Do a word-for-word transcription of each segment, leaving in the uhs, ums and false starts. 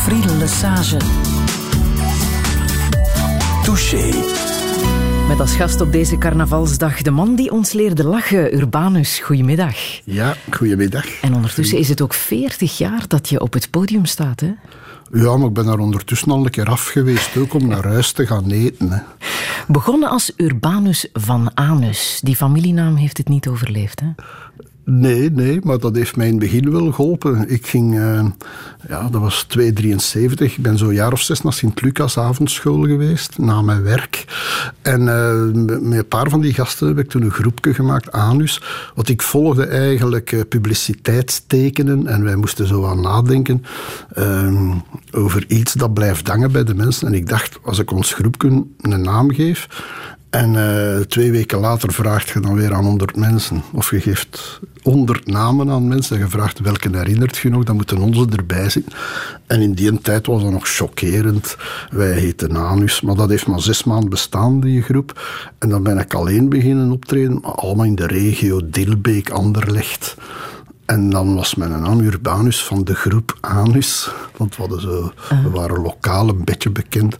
Friedel Lesage. Touché. Met als gast op deze carnavalsdag de man die ons leerde lachen, Urbanus. Goedemiddag. Ja, goedemiddag. En ondertussen is het ook veertig jaar dat je op het podium staat, hè? Ja, maar ik ben daar ondertussen al een keer af geweest, ook om naar huis te gaan eten. Hè. Begonnen als Urbanus van Anus. Die familienaam heeft het niet overleefd, hè? Nee, nee, maar dat heeft mij in het begin wel geholpen. Ik ging, uh, ja, dat was twee drieënzeventig. Ik ben zo'n jaar of zes naar Sint-Lucas avondschool geweest, na mijn werk. En uh, met een paar van die gasten heb ik toen een groepje gemaakt, Anus. Want ik volgde eigenlijk uh, publiciteitstekenen en wij moesten zo aan nadenken uh, over iets dat blijft hangen bij de mensen. En ik dacht, als ik ons groepje een naam geef... En uh, twee weken later vraagt je dan weer aan honderd mensen. Of je geeft honderd namen aan mensen en je vraagt welke herinnert je nog, dan moeten onze erbij zitten. En in die tijd was dat nog chockerend. Wij heten Anus, maar dat heeft maar zes maanden bestaan, die groep. En dan ben ik alleen beginnen optreden, maar allemaal in de regio Dilbeek, Anderlecht. En dan was mijn naam Urbanus van de groep Anus. Want we, hadden zo, we waren lokaal een beetje bekend.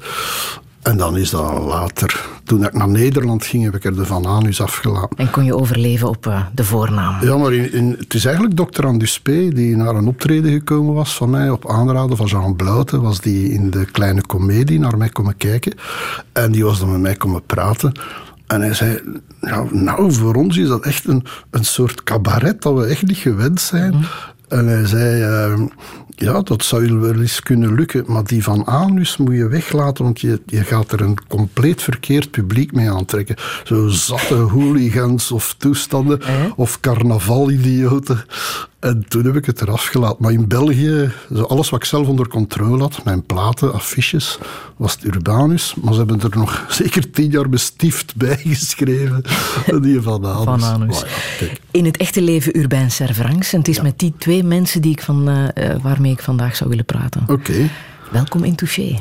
En dan is dat later... Toen ik naar Nederland ging, heb ik er de Van Anus afgelaten. En kon je overleven op uh, de voornaam? Ja, maar in, in, het is eigenlijk dokter Anduspé die naar een optreden gekomen was van mij. Op aanraden van Jean Blouten was die in de Kleine Comedie naar mij komen kijken. En die was dan met mij komen praten. En hij zei, ja, nou, voor ons is dat echt een, een soort cabaret dat we echt niet gewend zijn. Mm-hmm. En hij zei... Uh, Ja, dat zou je wel eens kunnen lukken, maar die Van Anus moet je weglaten, want je, je gaat er een compleet verkeerd publiek mee aantrekken. Zo zatte hooligans of toestanden, eh? of carnavalidioten. En toen heb ik het eraf gelaten. Maar in België, zo alles wat ik zelf onder controle had, mijn platen, affiches, was het Urbanus. Maar ze hebben er nog zeker tien jaar bestift bij geschreven. Die Van Anus. Van Anus. Oh ja, in het echte leven Urbain Servranckx. En het is ja. met die twee mensen die ik van, uh, waarmee ik vandaag zou willen praten. Oké. Okay. Welkom in Touché.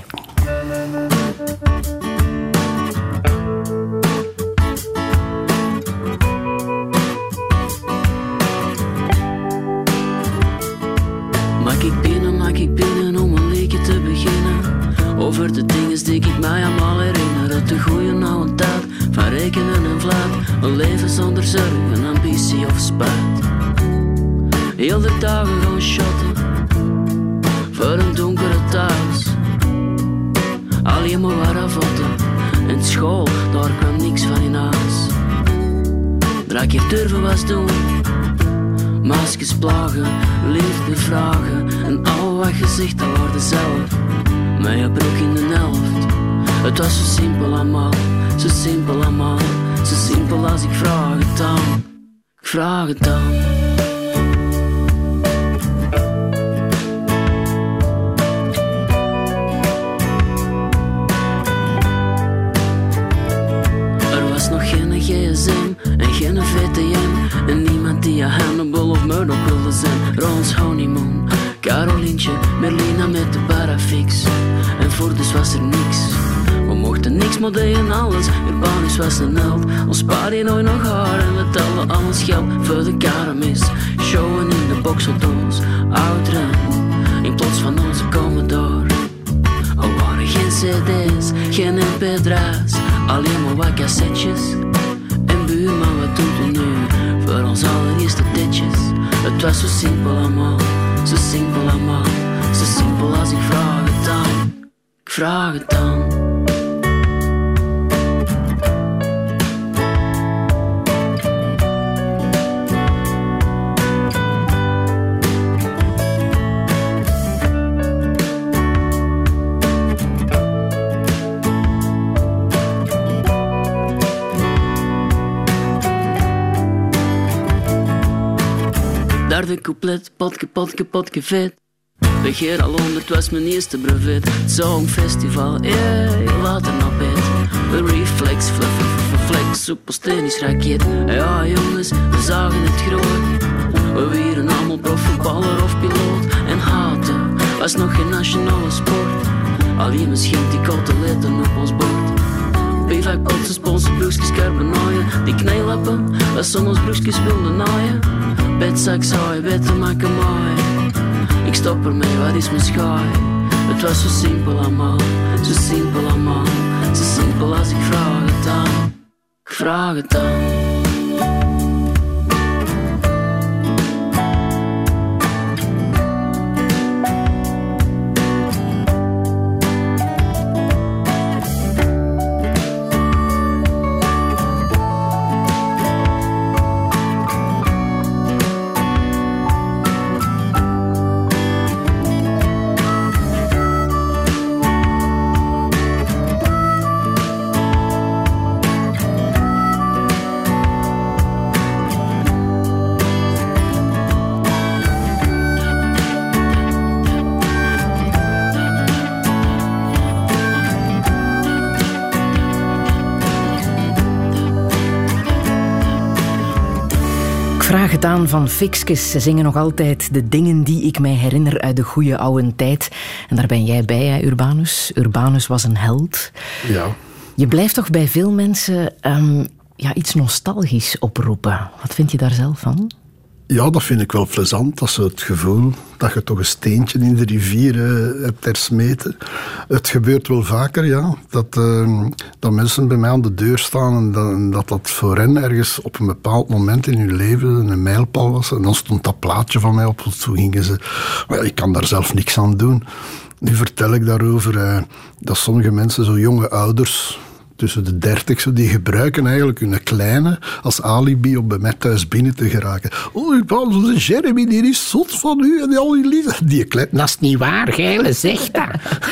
Maak ik binnen, maak ik binnen om een leekje te beginnen. Over de dingen die ik mij allemaal herinner. Uit de goeie oude tijd van rekenen en vlaat. Een leven zonder zorgen, ambitie of spijt. Heel de dagen gaan shotten voor een donkere thuis. Alleen maar waar avotten. En school, daar kwam niks van in huis. Draak je durven was doen. Maskers plagen, liefde vragen. En al wat gezegd, dat wordt zelf. Met je broek in de helft. Het was zo simpel allemaal, zo simpel allemaal. Zo simpel als ik vraag het dan. Ik vraag het dan. Er was nog geen G S M en geen V T M. En niemand die aan Hannibal of Murdoch wilde zijn. Rons honeymoon, Carolientje, Merlina met de parafix. En voor dus was er niks. We mochten niks, maar deden alles. Urbanus was een held. Ons spaarde nooit nog haar. En we telden alles geld voor de karamis. Showen in de boxeldoos. Ouderen, in plaats van onze Commodore. Er waren geen C D's, geen M P drie's. Alleen maar wat cassettes. En buurman, wat doet u nu? Voor ons allereerste ditjes. Het was zo simpel allemaal. Zo simpel allemaal. Zo simpel als ik vraag het dan. Ik vraag het dan. Derde couplet, potke, potke, potke, vet. Begeer al honderd was mijn eerste brevet. Songfestival, yeah, later naar bed. Een reflex, fluff, fluff, flex, superstenisch raket. Ja jongens, we zagen het groot. We wieren allemaal profvoetballer of piloot. En haten was nog geen nationale sport. Alleen misschien die koteletten op ons bord. Bivakpotsen, sponsorbroekjes, carbonaaien. Die knijlappen, was soms broekjes wilden naaien. Betzak zou je beter maken mooi. Ik stop ermee, wat is mijn schaai? Het was zo simpel allemaal, zo simpel allemaal. Zo simpel als ik vraag het aan, ik vraag het aan. Vraag het aan van Fikskes. Ze zingen nog altijd de dingen die ik mij herinner uit de goede oude tijd. En daar ben jij bij, hè, Urbanus. Urbanus was een held. Ja. Je blijft toch bij veel mensen um, ja, iets nostalgisch oproepen. Wat vind je daar zelf van? Ja, dat vind ik wel plezant. Dat is het gevoel dat je toch een steentje in de rivier uh, hebt hersmeten. Het gebeurt wel vaker, ja. Dat, uh, dat mensen bij mij aan de deur staan en dat, dat dat voor hen ergens op een bepaald moment in hun leven een mijlpaal was. En dan stond dat plaatje van mij op. Toen gingen ze... Maar ik kan daar zelf niks aan doen. Nu vertel ik daarover uh, dat sommige mensen, zo jonge ouders... tussen de dertig, zo, die gebruiken eigenlijk hun kleine als alibi om bij mij thuis binnen te geraken. Oh, Jeremy, die is zot van u en al die lieden. Die kleine, dat is niet waar, Geile, zeg dat.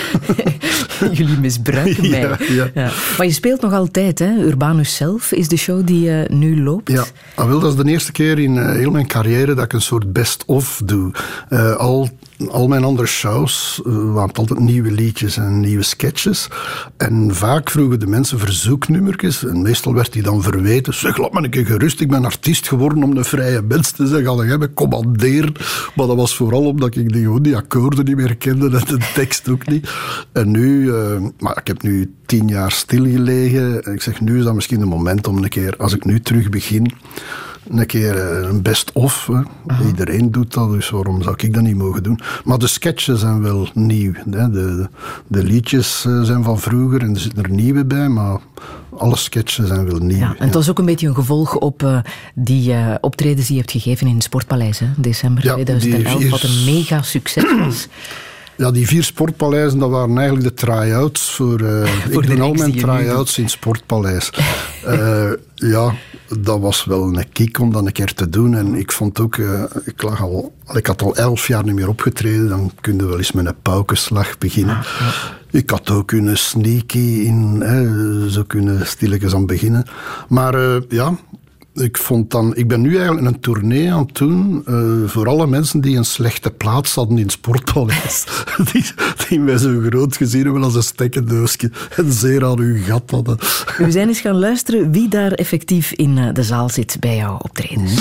Jullie misbruiken mij. Ja, ja. Ja. Maar je speelt nog altijd, hè? Urbanus zelf is de show die uh, nu loopt. Ja, ah, wel, dat is de eerste keer in uh, heel mijn carrière dat ik een soort best-of doe. Uh, al Al mijn andere shows uh, waren altijd nieuwe liedjes en nieuwe sketches. En vaak vroegen de mensen verzoeknummertjes. En meestal werd die dan verweten. Zeg, laat me een keer gerust. Ik ben artiest geworden om een vrije mens te zeggen. Al hebben commanderen. Maar dat was vooral omdat ik die, gewoon die akkoorden niet meer kende. En de tekst ook niet. En nu... Uh, maar ik heb nu tien jaar stilgelegen. En ik zeg, nu is dat misschien het moment om een keer... Als ik nu terug begin... Een keer een best-of. Iedereen doet dat, dus waarom zou ik dat niet mogen doen? Maar de sketches zijn wel nieuw. Hè. De, de liedjes zijn van vroeger en er zitten er nieuwe bij, maar alle sketches zijn wel nieuw. Ja, en het was ook een beetje een gevolg op uh, die uh, optredens die je hebt gegeven in het Sportpaleis, hè, december ja, tweeduizend elf, vier... wat een mega succes was. Ja, die vier sportpaleizen, dat waren eigenlijk de try-outs voor... Uh, voor ik doe al mijn try-outs in het Sportpaleis. uh, ja, dat was wel een kick om dat een keer te doen. En ik vond ook... Uh, ik, lag al, ik had al elf jaar niet meer opgetreden. Dan kun je wel eens met een paukenslag beginnen. Ja, ja. Ik had ook kunnen sneaky in... Hè, zo kunnen stilletjes aan beginnen. Maar uh, ja... Ik, vond dan, ik ben nu eigenlijk een tournee aan het doen uh, voor alle mensen die een slechte plaats hadden in het Sportpaleis. die, die mij zo groot gezien hebben als een stekkendoosje en zeer aan hun gat hadden. We zijn eens gaan luisteren wie daar effectief in de zaal zit bij jouw optredens.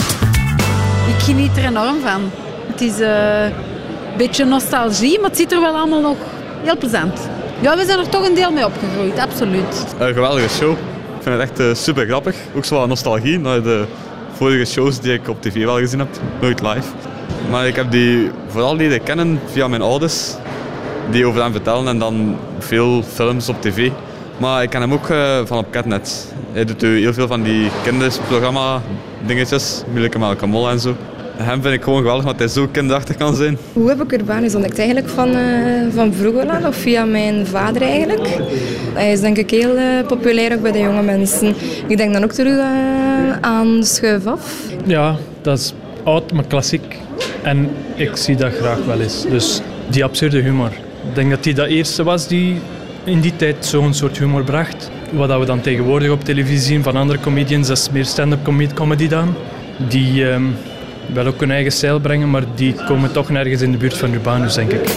Ik geniet er enorm van. Het is uh, een beetje nostalgie, maar het ziet er wel allemaal nog heel plezant. Ja, we zijn er toch een deel mee opgegroeid, absoluut. Een geweldige show. Ik vind het echt uh, super grappig. Ook zo wat nostalgie naar de vorige shows die ik op tv wel gezien heb. Nooit live. Maar ik heb die vooral leren kennen via mijn ouders. Die over hem vertellen en dan veel films op tv. Maar ik ken hem ook uh, van op Catnet. Hij doet heel veel van die kindersprogramma dingetjes. Moeilijke Melke Mol en zo. Hem vind ik gewoon geweldig, want hij zo kinderachtig kan zijn. Hoe heb ik Urbanus ontdekt? Eigenlijk van, uh, van vroeger al, of via mijn vader eigenlijk. Hij is denk ik heel uh, populair ook bij de jonge mensen. Ik denk dan ook terug uh, aan Schuif af. Ja, dat is oud, maar klassiek. En ik zie dat graag wel eens. Dus die absurde humor. Ik denk dat hij de eerste was die in die tijd zo'n soort humor bracht. Wat we dan tegenwoordig op televisie zien van andere comedians, dat is meer stand-up comedy dan. Die... Um, wel ook hun eigen stijl brengen, maar die komen toch nergens in de buurt van Urbanus, denk ik.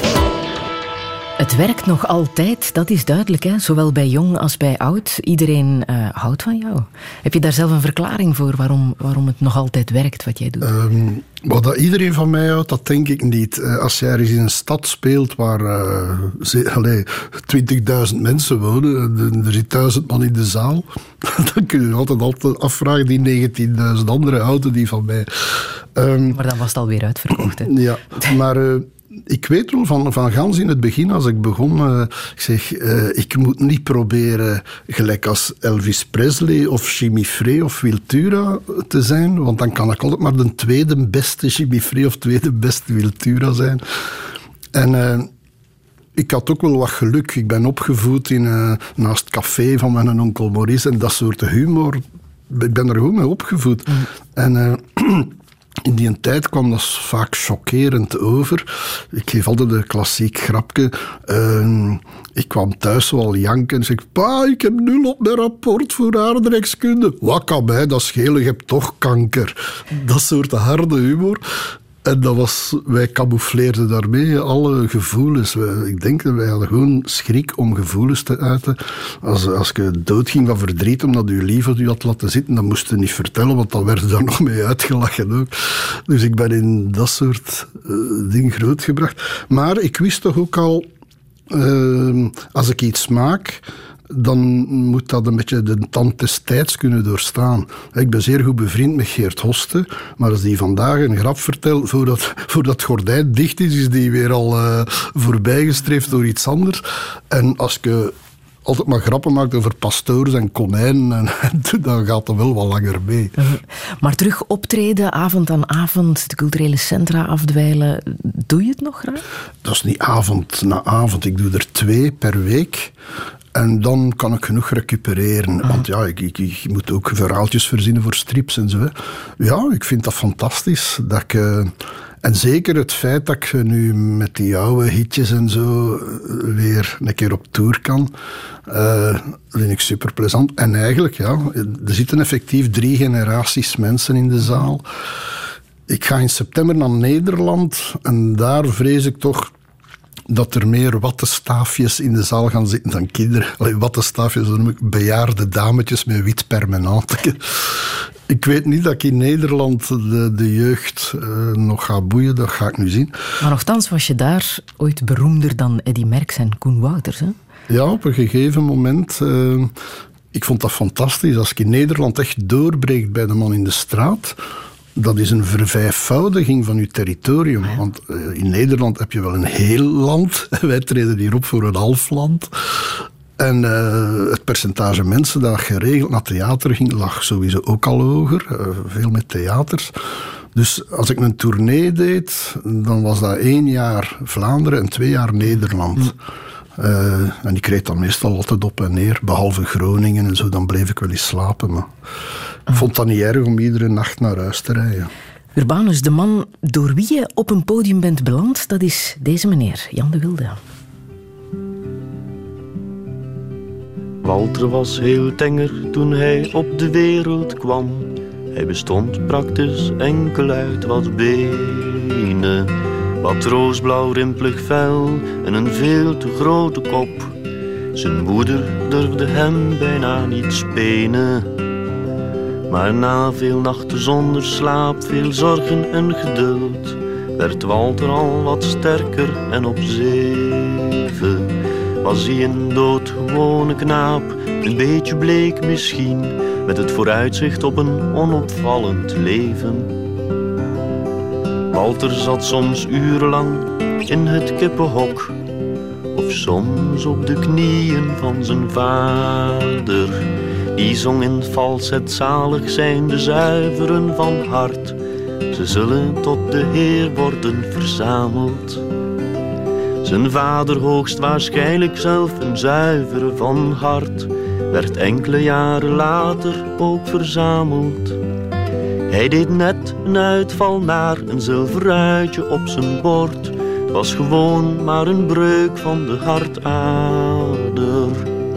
Het werkt nog altijd, dat is duidelijk, hè? Zowel bij jong als bij oud. Iedereen uh, houdt van jou. Heb je daar zelf een verklaring voor waarom, waarom het nog altijd werkt wat jij doet? Um, wat dat iedereen van mij houdt, dat denk ik niet. Uh, als jij eens in een stad speelt waar uh, twintigduizend mensen wonen, uh, er zit duizend man in de zaal, dan kun je altijd, altijd afvragen, die negentienduizend andere houden die van mij. Um, maar dan was het alweer uitverkocht, hè? Ja, maar... Uh, ik weet wel van, van gans in het begin, als ik begon, uh, ik zeg, uh, ik moet niet proberen gelijk als Elvis Presley of Jimmy Frey of Wiltura te zijn, want dan kan ik altijd maar de tweede beste Jimmy Frey of tweede beste Wiltura zijn. En uh, ik had ook wel wat geluk. Ik ben opgevoed in, uh, naast het café van mijn onkel Maurice en dat soort humor. Ik ben er gewoon mee opgevoed. Mm. En uh, in die tijd kwam dat vaak chockerend over. Ik geef altijd een klassiek grapje. Uh, ik kwam thuis wel janken en zeg, pa, ik heb nul op mijn rapport voor aardrijkskunde. Wat kan mij dat schelen, je hebt toch kanker. Dat soort harde humor. En dat was, wij camoufleerden daarmee alle gevoelens. Ik denk dat wij hadden gewoon schrik om gevoelens te uiten. Als, als je doodging van verdriet omdat je lief u had laten zitten, dan moest je niet vertellen, want dan werd je daar nog mee uitgelachen ook. Dus ik ben in dat soort uh, dingen grootgebracht. Maar ik wist toch ook al, uh, als ik iets maak, dan moet dat een beetje de tand des tijds kunnen doorstaan. Ik ben zeer goed bevriend met Geert Hoste, maar als die vandaag een grap vertelt, voordat, voordat het gordijn dicht is, is die weer al uh, voorbijgestreefd door iets anders. En als je altijd maar grappen maakt over pastoors en konijnen, en, en, dan gaat dat wel wat langer mee. Maar terug optreden, avond aan avond, de culturele centra afdwijlen, doe je het nog graag? Dat is niet avond na avond. Ik doe er twee per week. En dan kan ik genoeg recupereren. Uh-huh. Want ja, ik, ik, ik moet ook verhaaltjes verzinnen voor strips en zo. Hè. Ja, ik vind dat fantastisch. Dat ik, uh, en zeker het feit dat ik nu met die oude hitjes en zo weer een keer op tour kan, uh, vind ik super plezant. En eigenlijk, ja, er zitten effectief drie generaties mensen in de zaal. Ik ga in september naar Nederland en daar vrees ik toch dat er meer wattenstaafjes in de zaal gaan zitten dan kinderen. Allee, wattenstaafjes, dat noem ik bejaarde dametjes met wit permanentje. Ik weet niet dat ik in Nederland de, de jeugd uh, nog ga boeien, dat ga ik nu zien. Maar nochtans was je daar ooit beroemder dan Eddy Merckx en Koen Wouters, hè? Ja, op een gegeven moment. Uh, ik vond dat fantastisch. Als ik in Nederland echt doorbreekt bij de man in de straat, dat is een vervijfvoudiging van uw territorium. Ja. Want uh, in Nederland heb je wel een heel land. Wij treden hier op voor een half land. En uh, het percentage mensen dat geregeld naar theater ging, lag sowieso ook al hoger. Uh, veel met theaters. Dus als ik een tournee deed, dan was dat één jaar Vlaanderen en twee jaar Nederland. Mm. Uh, en ik reed dan meestal altijd op en neer, behalve Groningen en zo, dan bleef ik wel eens slapen. Maar ik vond dat niet erg om iedere nacht naar huis te rijden. Urbanus, de man door wie je op een podium bent beland, dat is deze meneer, Jan de Wilde. Walter was heel tenger toen hij op de wereld kwam. Hij bestond praktisch enkel uit wat benen, wat roosblauw rimpelig vel en een veel te grote kop. Zijn moeder durfde hem bijna niet spenen. Maar na veel nachten zonder slaap, veel zorgen en geduld, werd Walter al wat sterker en op zeven was hij een doodgewone knaap, een beetje bleek misschien, met het vooruitzicht op een onopvallend leven. Walter zat soms urenlang in het kippenhok, of soms op de knieën van zijn vader. Die zong in falset, zalig zijn de zuiveren van hart, ze zullen tot de Heer worden verzameld. Zijn vader, hoogstwaarschijnlijk zelf een zuivere van hart, werd enkele jaren later ook verzameld. Hij deed net een uitval naar een zilveruitje op zijn bord. Het was gewoon maar een breuk van de hartader.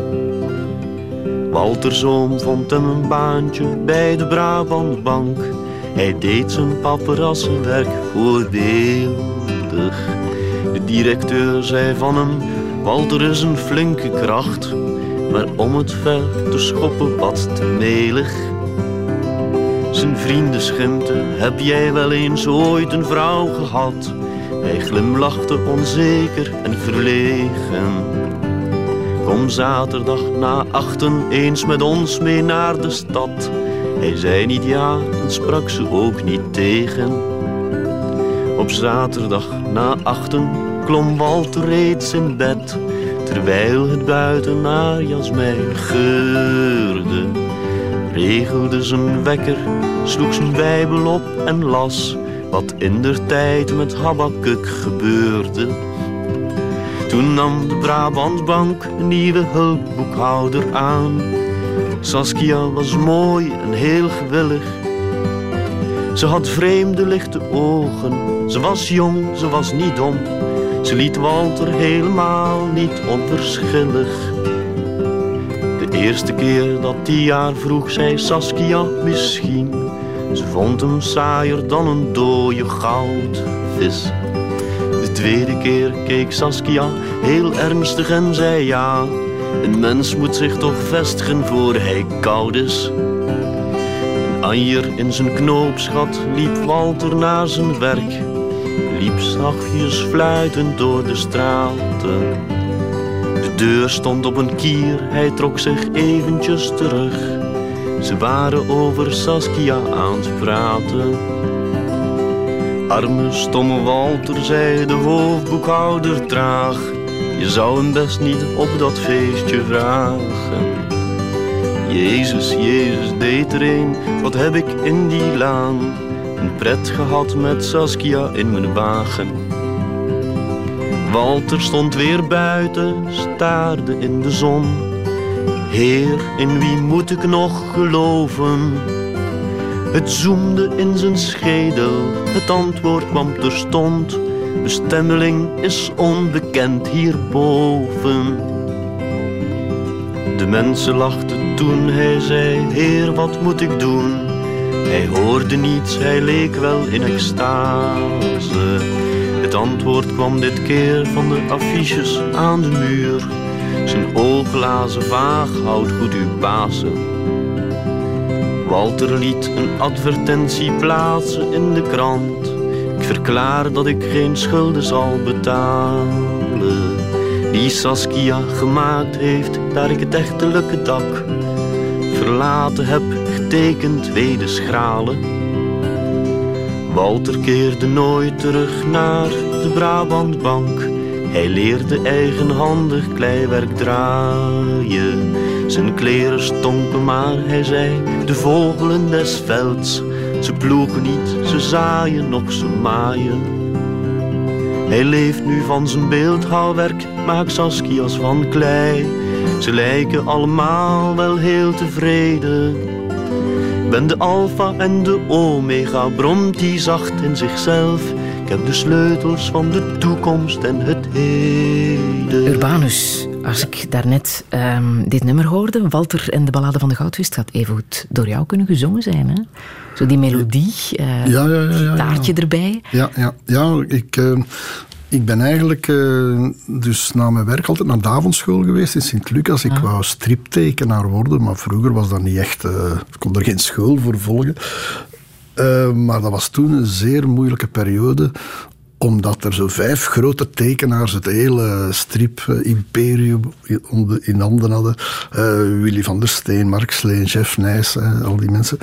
Walter's oom vond hem een baantje bij de Brabantbank. Hij deed zijn paparassenwerk voorbeeldig. De directeur zei van hem: Walter is een flinke kracht, maar om het ver te schoppen wat te melig. Zijn vrienden schimpten: heb jij wel eens ooit een vrouw gehad? Hij glimlachte onzeker en verlegen. Kom zaterdag na achten eens met ons mee naar de stad. Hij zei niet ja en sprak ze ook niet tegen. Op Op zaterdag na achten klom Walter reeds in bed, terwijl het buiten naar jasmijn geurde. Regelde zijn wekker, sloeg zijn bijbel op en las wat indertijd met Habakuk gebeurde. Toen nam de Brabantbank een nieuwe hulpboekhouder aan. Saskia was mooi en heel gewillig. Ze had vreemde lichte ogen. Ze was jong, ze was niet dom. Ze liet Walter helemaal niet onverschillig. De eerste keer dat die jaar vroeg, zei Saskia misschien. Ze vond hem saaier dan een dode goudvis. De tweede keer keek Saskia heel ernstig en zei ja. Een mens moet zich toch vestigen voor hij koud is. Een anjer in zijn knoopsgat liep Walter naar zijn werk. Liep zachtjes fluitend door de straten. De deur stond op een kier, hij trok zich eventjes terug. Ze waren over Saskia aan het praten. Arme stomme Walter, zei de hoofdboekhouder traag. Je zou hem best niet op dat feestje vragen. Jezus, Jezus deed er een, wat heb ik in die laan. Een pret gehad met Saskia in mijn wagen. Walter stond weer buiten, staarde in de zon. Heer, in wie moet ik nog geloven? Het zoemde in zijn schedel, het antwoord kwam terstond. Bestemmeling is onbekend hierboven. De mensen lachten toen hij zei, Heer, wat moet ik doen? Hij hoorde niets, hij leek wel in extase. Het antwoord kwam dit keer van de affiches aan de muur. Zijn oogglazen vaag, houdt goed uw Pasen. Walter liet een advertentie plaatsen in de krant. Ik verklaar dat ik geen schulden zal betalen. Die Saskia gemaakt heeft, daar ik het echtelijke dak verlaten heb, getekend wedeschralen. Walter keerde nooit terug naar de Brabantbank. Hij leerde eigenhandig kleiwerk draaien. Zijn kleren stonken, maar hij zei, de vogelen des velds. Ze ploegen niet, ze zaaien, nog ze maaien. Hij leeft nu van zijn beeldhouwwerk, maakt Saskia's van klei. Ze lijken allemaal wel heel tevreden. Ben de alfa en de omega, bromt die zacht in zichzelf. Ik heb de sleutels van de toekomst en het heden. Urbanus, als ik daarnet um, dit nummer hoorde, Walter en de Ballade van de Goudvis, had even goed door jou kunnen gezongen zijn, hè? Zo die melodie, uh, ja, ja, ja, ja, gitaartje ja. erbij. Ja, ja, ja ik... Uh... Ik ben eigenlijk uh, dus na mijn werk altijd naar de avondschool geweest in Sint-Lucas. Ik ah. wou striptekenaar worden, maar vroeger was dat niet echt... Uh, ik kon er geen school voor volgen. Uh, maar dat was toen een zeer moeilijke periode, omdat er zo vijf grote tekenaars het hele strip-imperium in handen hadden. Uh, Willy van der Steen, Mark Sleen, Jeff Nijs, uh, al die mensen...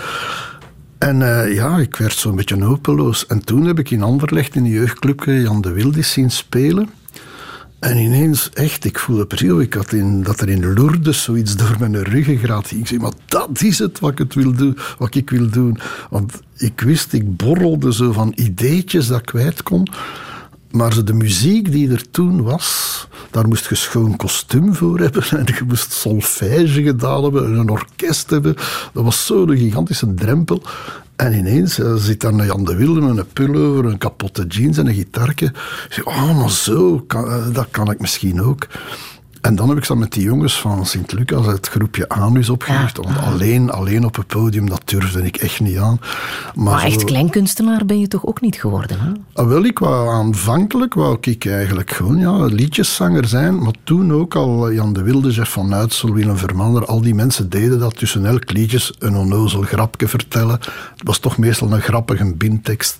En uh, ja, ik werd zo'n beetje hopeloos. En toen heb ik in Anderlecht in de jeugdclub Jan de Wildis zien spelen. En ineens, echt, ik voelde precies of ik had in, dat er in Lourdes zoiets door mijn ruggengraat ging. Ik zei, maar dat is het wat ik, het wil doen, wat ik wil doen. Want ik wist, ik borrelde zo van ideetjes dat ik kwijt kon. Maar de muziek die er toen was, daar moest je schoon kostuum voor hebben. En je moest solfège gedaan hebben en een orkest hebben. Dat was zo'n gigantische drempel. En ineens uh, zit daar een Jan de Wilde met een pullover, een kapotte jeans en een gitarke. Ik zeg, oh, maar zo, kan, uh, dat kan ik misschien ook. En dan heb ik dan met die jongens van Sint-Lucas het groepje Anus opgericht. Want alleen, alleen op het podium, dat durfde ik echt niet aan. Maar, maar echt zo... kleinkunstenaar ben je toch ook niet geworden, hè? Ah, wel, ik wou aanvankelijk wou ik eigenlijk gewoon ja, liedjeszanger zijn. Maar toen ook al Jan de Wilde, Jeff van Uitsel, Willem Vermander, al die mensen deden dat tussen elk liedjes een onnozel grapje vertellen. Het was toch meestal een grappige bindtekst.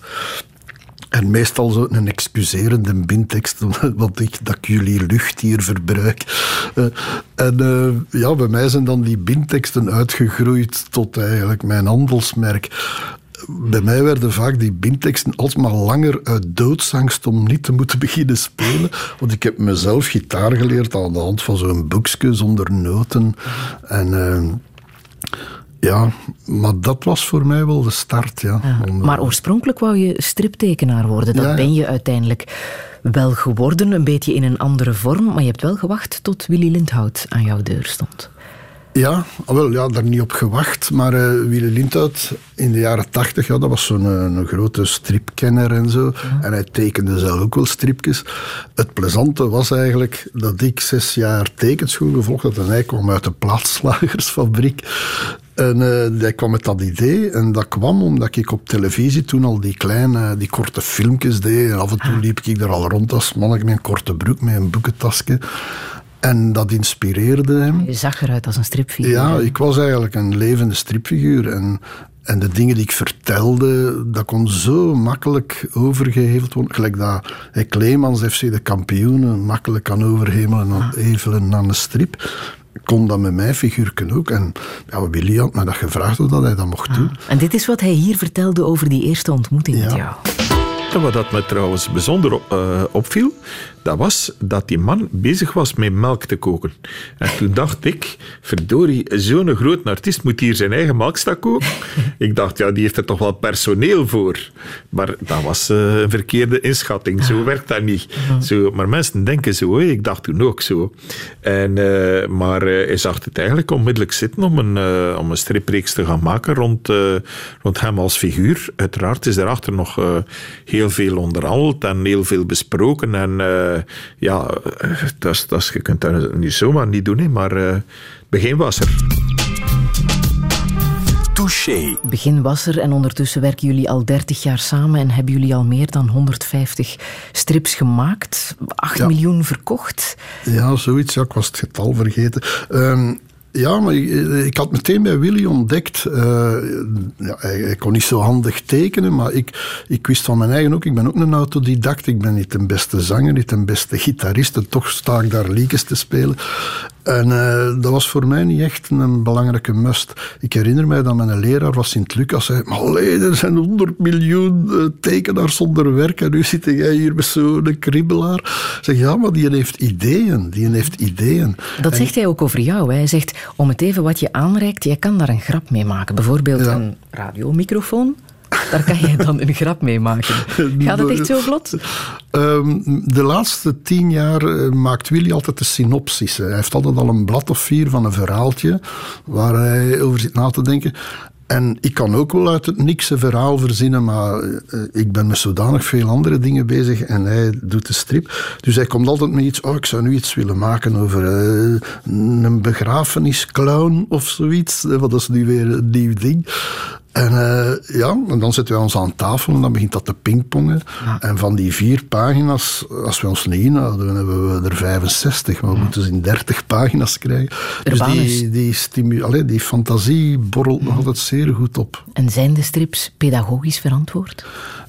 En meestal zo een excuserende bindtekst, want ik, dat ik jullie lucht hier verbruik. Uh, en uh, ja, bij mij zijn dan die bindteksten uitgegroeid tot eigenlijk mijn handelsmerk. bij mij werden vaak die bindteksten alsmaar langer uit doodsangst om niet te moeten beginnen spelen. Want ik heb mezelf gitaar geleerd aan de hand van zo'n boekje zonder noten. En uh, ja, maar dat was voor mij wel de start. Ja. Ja, Om, maar oorspronkelijk wou je striptekenaar worden. Dat ja, ben je uiteindelijk wel geworden, een beetje in een andere vorm. Maar je hebt wel gewacht tot Willy Lindhout aan jouw deur stond. Ja, wel, ja, daar niet op gewacht. Maar uh, Willy Lindhout in de jaren tachtig, ja, dat was zo'n een, een grote stripkenner en zo. Ja. En hij tekende zelf ook wel stripjes. Het plezante was eigenlijk dat ik zes jaar tekenschool gevolgd had. En hij kwam uit de plaatsslagersfabriek. En uh, hij kwam met dat idee. En dat kwam omdat ik op televisie toen al die kleine, die korte filmpjes deed. En af en toe liep ik er al rond als manneke met een korte broek, met een boekentasje. En dat inspireerde hem. Je zag eruit als een stripfiguur. Ja, ik was eigenlijk een levende stripfiguur. En, en de dingen die ik vertelde, dat kon zo makkelijk overgeheveld worden. Gelijk dat hey, Kleemans F C de kampioenen makkelijk kan overhevelen ah. aan een strip. Kon dat met mijn figuurken ook. En ja, Willy had me dat gevraagd of dat hij dat mocht ah. doen. En dit is wat hij hier vertelde over die eerste ontmoeting ja. met jou. En wat dat me trouwens bijzonder op, uh, opviel, dat was dat die man bezig was met melk te koken. En toen dacht ik, verdorie, zo'n grote artiest moet hier zijn eigen melkstak koken. Ik dacht, ja, die heeft er toch wel personeel voor. Maar dat was uh, een verkeerde inschatting. Zo werkt dat niet. Zo, maar mensen denken zo, hè. Ik dacht toen ook zo. En, uh, maar uh, hij zag het eigenlijk onmiddellijk zitten om een, uh, om een stripreeks te gaan maken rond, uh, rond hem als figuur. Uiteraard is daarachter nog uh, heel veel onderhandeld en heel veel besproken. En uh, ja, dat is, dat is, je kunt dat nu zomaar niet doen, hè, maar uh, begin was er. Touché. Begin was er en ondertussen werken jullie al dertig jaar samen en hebben jullie al meer dan honderdvijftig strips gemaakt. acht ja. miljoen verkocht. Ja, zoiets. Ja, ik was het getal vergeten. Um, Ja, maar ik, ik had meteen bij Willy ontdekt, uh, ja, hij, hij kon niet zo handig tekenen, maar ik, ik wist van mijn eigen ook, ik ben ook een autodidact, ik ben niet de beste zanger, niet de beste gitarist, en toch sta ik daar liedjes te spelen. En uh, dat was voor mij niet echt een belangrijke must. Ik herinner mij dat mijn leraar van Sint-Lucas zei, maar allee, er zijn honderd miljoen uh, tekenaars zonder werk en nu zit jij hier met zo'n kribbelaar. Ik zeg, ja, maar die heeft ideeën, die heeft ideeën. Dat en, zegt hij ook over jou. Hè. Hij zegt, om het even wat je aanreikt, jij kan daar een grap mee maken. Bijvoorbeeld ja. een radiomicrofoon. Daar kan je dan een grap mee maken. Gaat het echt zo vlot? Um, de laatste tien jaar uh, maakt Willy altijd de synopsis. Hij heeft altijd al een blad of vier van een verhaaltje waar hij over zit na te denken. En ik kan ook wel uit het niks een verhaal verzinnen, maar uh, ik ben met zodanig veel andere dingen bezig en hij doet de strip. Dus hij komt altijd met iets, oh, ik zou nu iets willen maken over uh, een begrafenisclown of zoiets. Want dat is nu weer een nieuw ding. En uh, ja, en dan zitten wij ons aan tafel en dan begint dat te pingpongen. Ja. En van die vier pagina's, als we ons niet inhouden, dan hebben we er vijfenzestig. Maar we moeten ze in dertig pagina's krijgen. Urbanus. Dus die, die, stimu- Allee, die fantasie borrelt nog altijd zeer goed op. En zijn de strips pedagogisch verantwoord?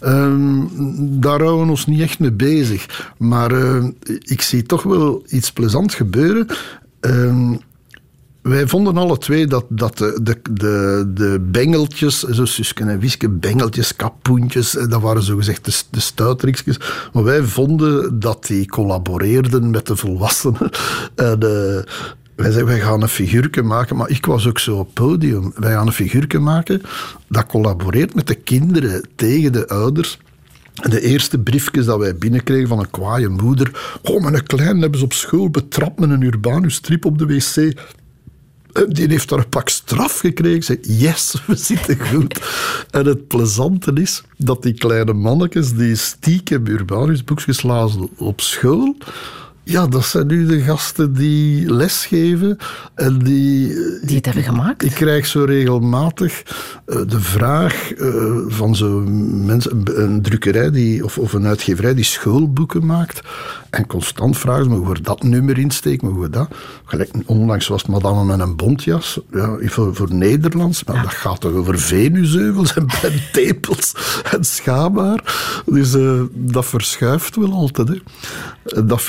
Um, daar houden we ons niet echt mee bezig. Maar uh, ik zie toch wel iets plezant gebeuren. Um, Wij vonden alle twee dat, dat de, de, de, de bengeltjes, zo Suske en Wiske, bengeltjes, kapoentjes, dat waren zogezegd de, de stuiteriksjes. Maar wij vonden dat die collaboreerden met de volwassenen. En, uh, wij zeiden, wij gaan een figuurtje maken, maar ik was ook zo op het podium. Wij gaan een figuurtje maken dat collaboreert met de kinderen tegen de ouders. En de eerste briefjes dat wij binnenkregen van een kwaaie moeder. Oh, mijn klein hebben ze op school betrapt met een Urbanus strip op de wc. Die heeft daar een pak straf gekregen. Ik zei, yes, we zitten goed. En het plezante is dat die kleine mannetjes die stiekem Urbanus boekjes lazen op school, ja, dat zijn nu de gasten die lesgeven. En die, die het hebben gemaakt? Ik, ik krijg zo regelmatig uh, de vraag uh, van zo'n mensen, een drukkerij die, of, of een uitgeverij die schoolboeken maakt. En constant vragen ze, mogen we dat nummer insteken, mogen we dat? Gelijk, onlangs was het madame met een bontjas, ja, voor, voor Nederlands, maar ja. Dat gaat toch over venusheuvels en tepels en schaamhaar. Dus uh, dat verschuift wel altijd. Hè. Dat vind ik er wel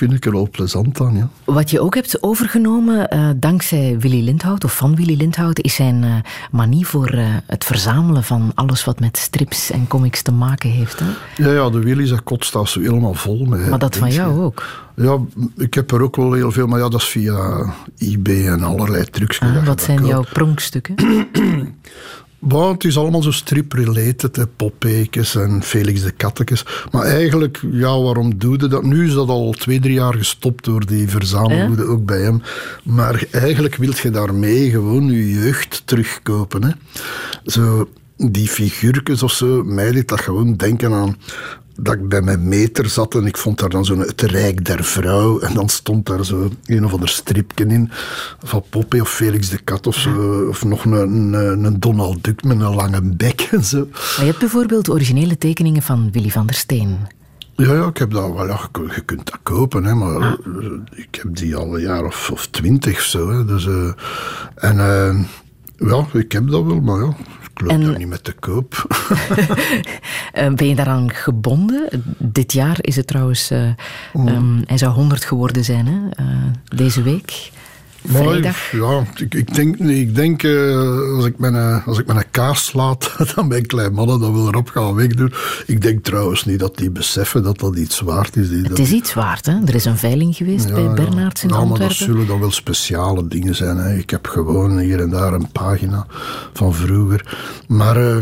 wel plezant dan, ja. Wat je ook hebt overgenomen, uh, dankzij Willy Lindhout, of van Willy Lindhout, is zijn uh, manie voor uh, het verzamelen van alles wat met strips en comics te maken heeft. Hè? Ja, ja, de Willy, zijn kot staat zo helemaal vol met. Maar dat van jou ook? Ja, ik heb er ook wel heel veel, maar ja, dat is via eBay en allerlei trucs. Ah, wat zijn jouw pronkstukken? Well, het is allemaal zo strip-related, Popeyes en Felix de Kattekes. Maar eigenlijk, ja, waarom doe je dat? Nu is dat al twee, drie jaar gestopt door die verzamelwoede, ja? Ook bij hem. Maar eigenlijk wil je daarmee gewoon je jeugd terugkopen. Hè? Zo, die figuurtjes of zo, mij liet dat gewoon denken aan dat ik bij mijn meter zat en ik vond daar dan zo'n Het Rijk der Vrouw en dan stond daar zo een of ander stripje in van Popeye of Felix de Kat of zo, of nog een, een, een Donald Duck met een lange bek en zo. Maar je hebt bijvoorbeeld de originele tekeningen van Willy van der Steen. Ja, ja, ik heb dat wel, ja, je kunt dat kopen, hè, maar ah. ik heb die al een jaar of, of twintig of zo. Hè, dus, uh, en uh, ja, ik heb dat wel, maar ja, ik loop en... daar niet met te koop. Ben je daaraan gebonden? Dit jaar is het trouwens, uh, um, hij zou honderd geworden zijn, hè? Uh, deze week. Vrijdag. Maar, ja, ik, ik denk, ik denk uh, als, ik mijn, uh, als ik mijn kaas slaat, dan ben ik klein mannen, dan wil erop gaan wegdoen. Ik denk trouwens niet dat die beseffen dat dat iets waard is. Die, het dat is die... iets waard, hè? Er is een veiling geweest ja, bij Bernards in ja, Antwerpen. Maar dat zullen dan wel speciale dingen zijn. Hè. Ik heb gewoon hier en daar een pagina van vroeger. Maar... Uh,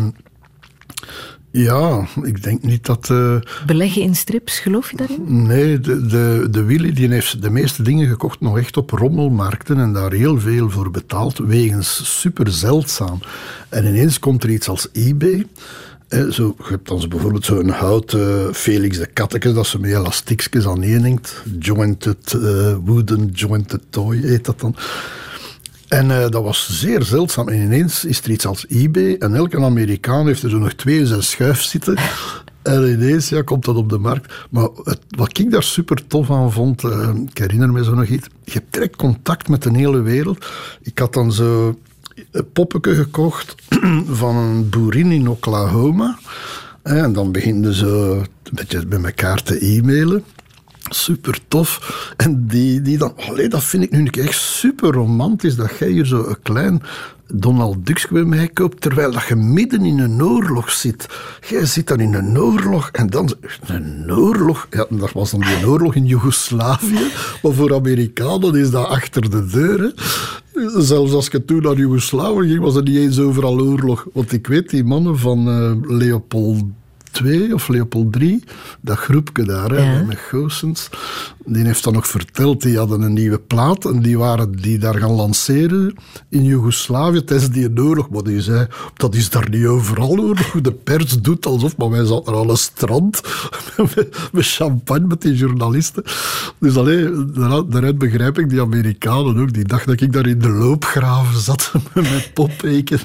Ja, ik denk niet dat... Uh... Beleggen in strips, geloof je daarin? Nee, de, de, de Willy die heeft de meeste dingen gekocht nog echt op rommelmarkten en daar heel veel voor betaald, wegens super zeldzaam. En ineens komt er iets als eBay. Eh, zo, je hebt dan zo bijvoorbeeld zo'n houten Felix de Kattekes, dat ze met elastiekjes aan één hangt. Jointed, uh, wooden jointed toy heet dat dan. En uh, dat was zeer zeldzaam. En ineens is er iets als eBay. En elke Amerikaan heeft er zo nog twee in zijn schuif zitten. En ineens ja, komt dat op de markt. Maar het, wat ik daar super tof aan vond... Uh, ik herinner me zo nog iets. Je hebt direct contact met de hele wereld. Ik had dan zo een poppetje gekocht van een boerin in Oklahoma. En dan beginnen ze een beetje met elkaar te e-mailen. Super tof. En die, die dan... Allee, dat vind ik nu echt super romantisch, dat jij hier zo een klein Donald Duck bij mij koopt, terwijl dat je midden in een oorlog zit. Jij zit dan in een oorlog en dan... Een oorlog? Ja, dat was dan die oorlog in Joegoslavië. Maar voor Amerikanen is dat achter de deur. Hè. Zelfs als je toen naar Joegoslavië ging, was er niet eens overal oorlog. Want ik weet, die mannen van uh, Leopold twee of Leopold drie, dat groepje daar, hè, ja. met Goossens, die heeft dan nog verteld, die hadden een nieuwe plaat en die waren die daar gaan lanceren in Joegoslavië tijdens die oorlog. Maar die zei, dat is daar niet overal oorlog. De pers doet alsof, maar wij zaten aan een strand met, met champagne met die journalisten. Dus alleen, daaruit begrijp ik die Amerikanen ook, die dachten dat ik daar in de loopgraven zat met Popeyes.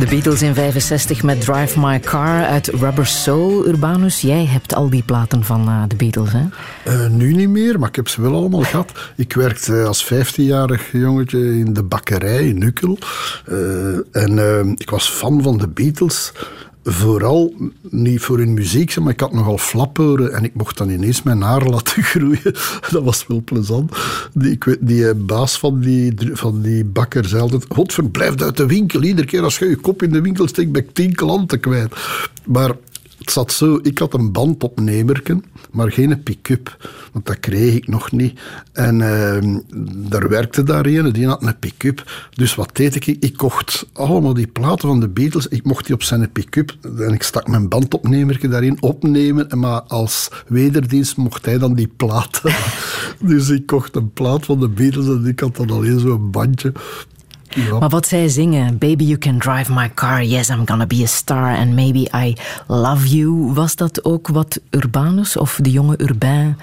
De Beatles in vijfenzestig met Drive My Car uit Rubber Soul. Urbanus, jij hebt al die platen van uh, de Beatles, hè? Uh, nu niet meer, maar ik heb ze wel allemaal gehad. Ik werkte als vijftienjarig jongetje in de bakkerij in Ukkel. Uh, en uh, ik was fan van de Beatles. Vooral niet voor hun muziek, maar ik had nogal flappeuren en ik mocht dan ineens mijn haar laten groeien. Dat was wel plezant. Die, ik weet, die baas van die, van die bakker zei altijd: Godver, blijf uit de winkel. Iedere keer als je je kop in de winkel steekt, ben ik tien klanten kwijt. Maar het zat zo, ik had een bandopnemerken, maar geen pick-up. Want dat kreeg ik nog niet. En uh, daar werkte daar een, die had een pick-up. Dus wat deed ik? Ik kocht allemaal die platen van de Beatles. Ik mocht die op zijn pick-up. En ik stak mijn bandopnemerken daarin, opnemen. Maar als wederdienst mocht hij dan die platen. Dus ik kocht een plaat van de Beatles en ik had dan alleen zo'n bandje. Ja. Maar wat zij zingen, Baby you can drive my car, yes I'm gonna be a star and maybe I love you. Was dat ook wat Urbanus of de jonge Urbain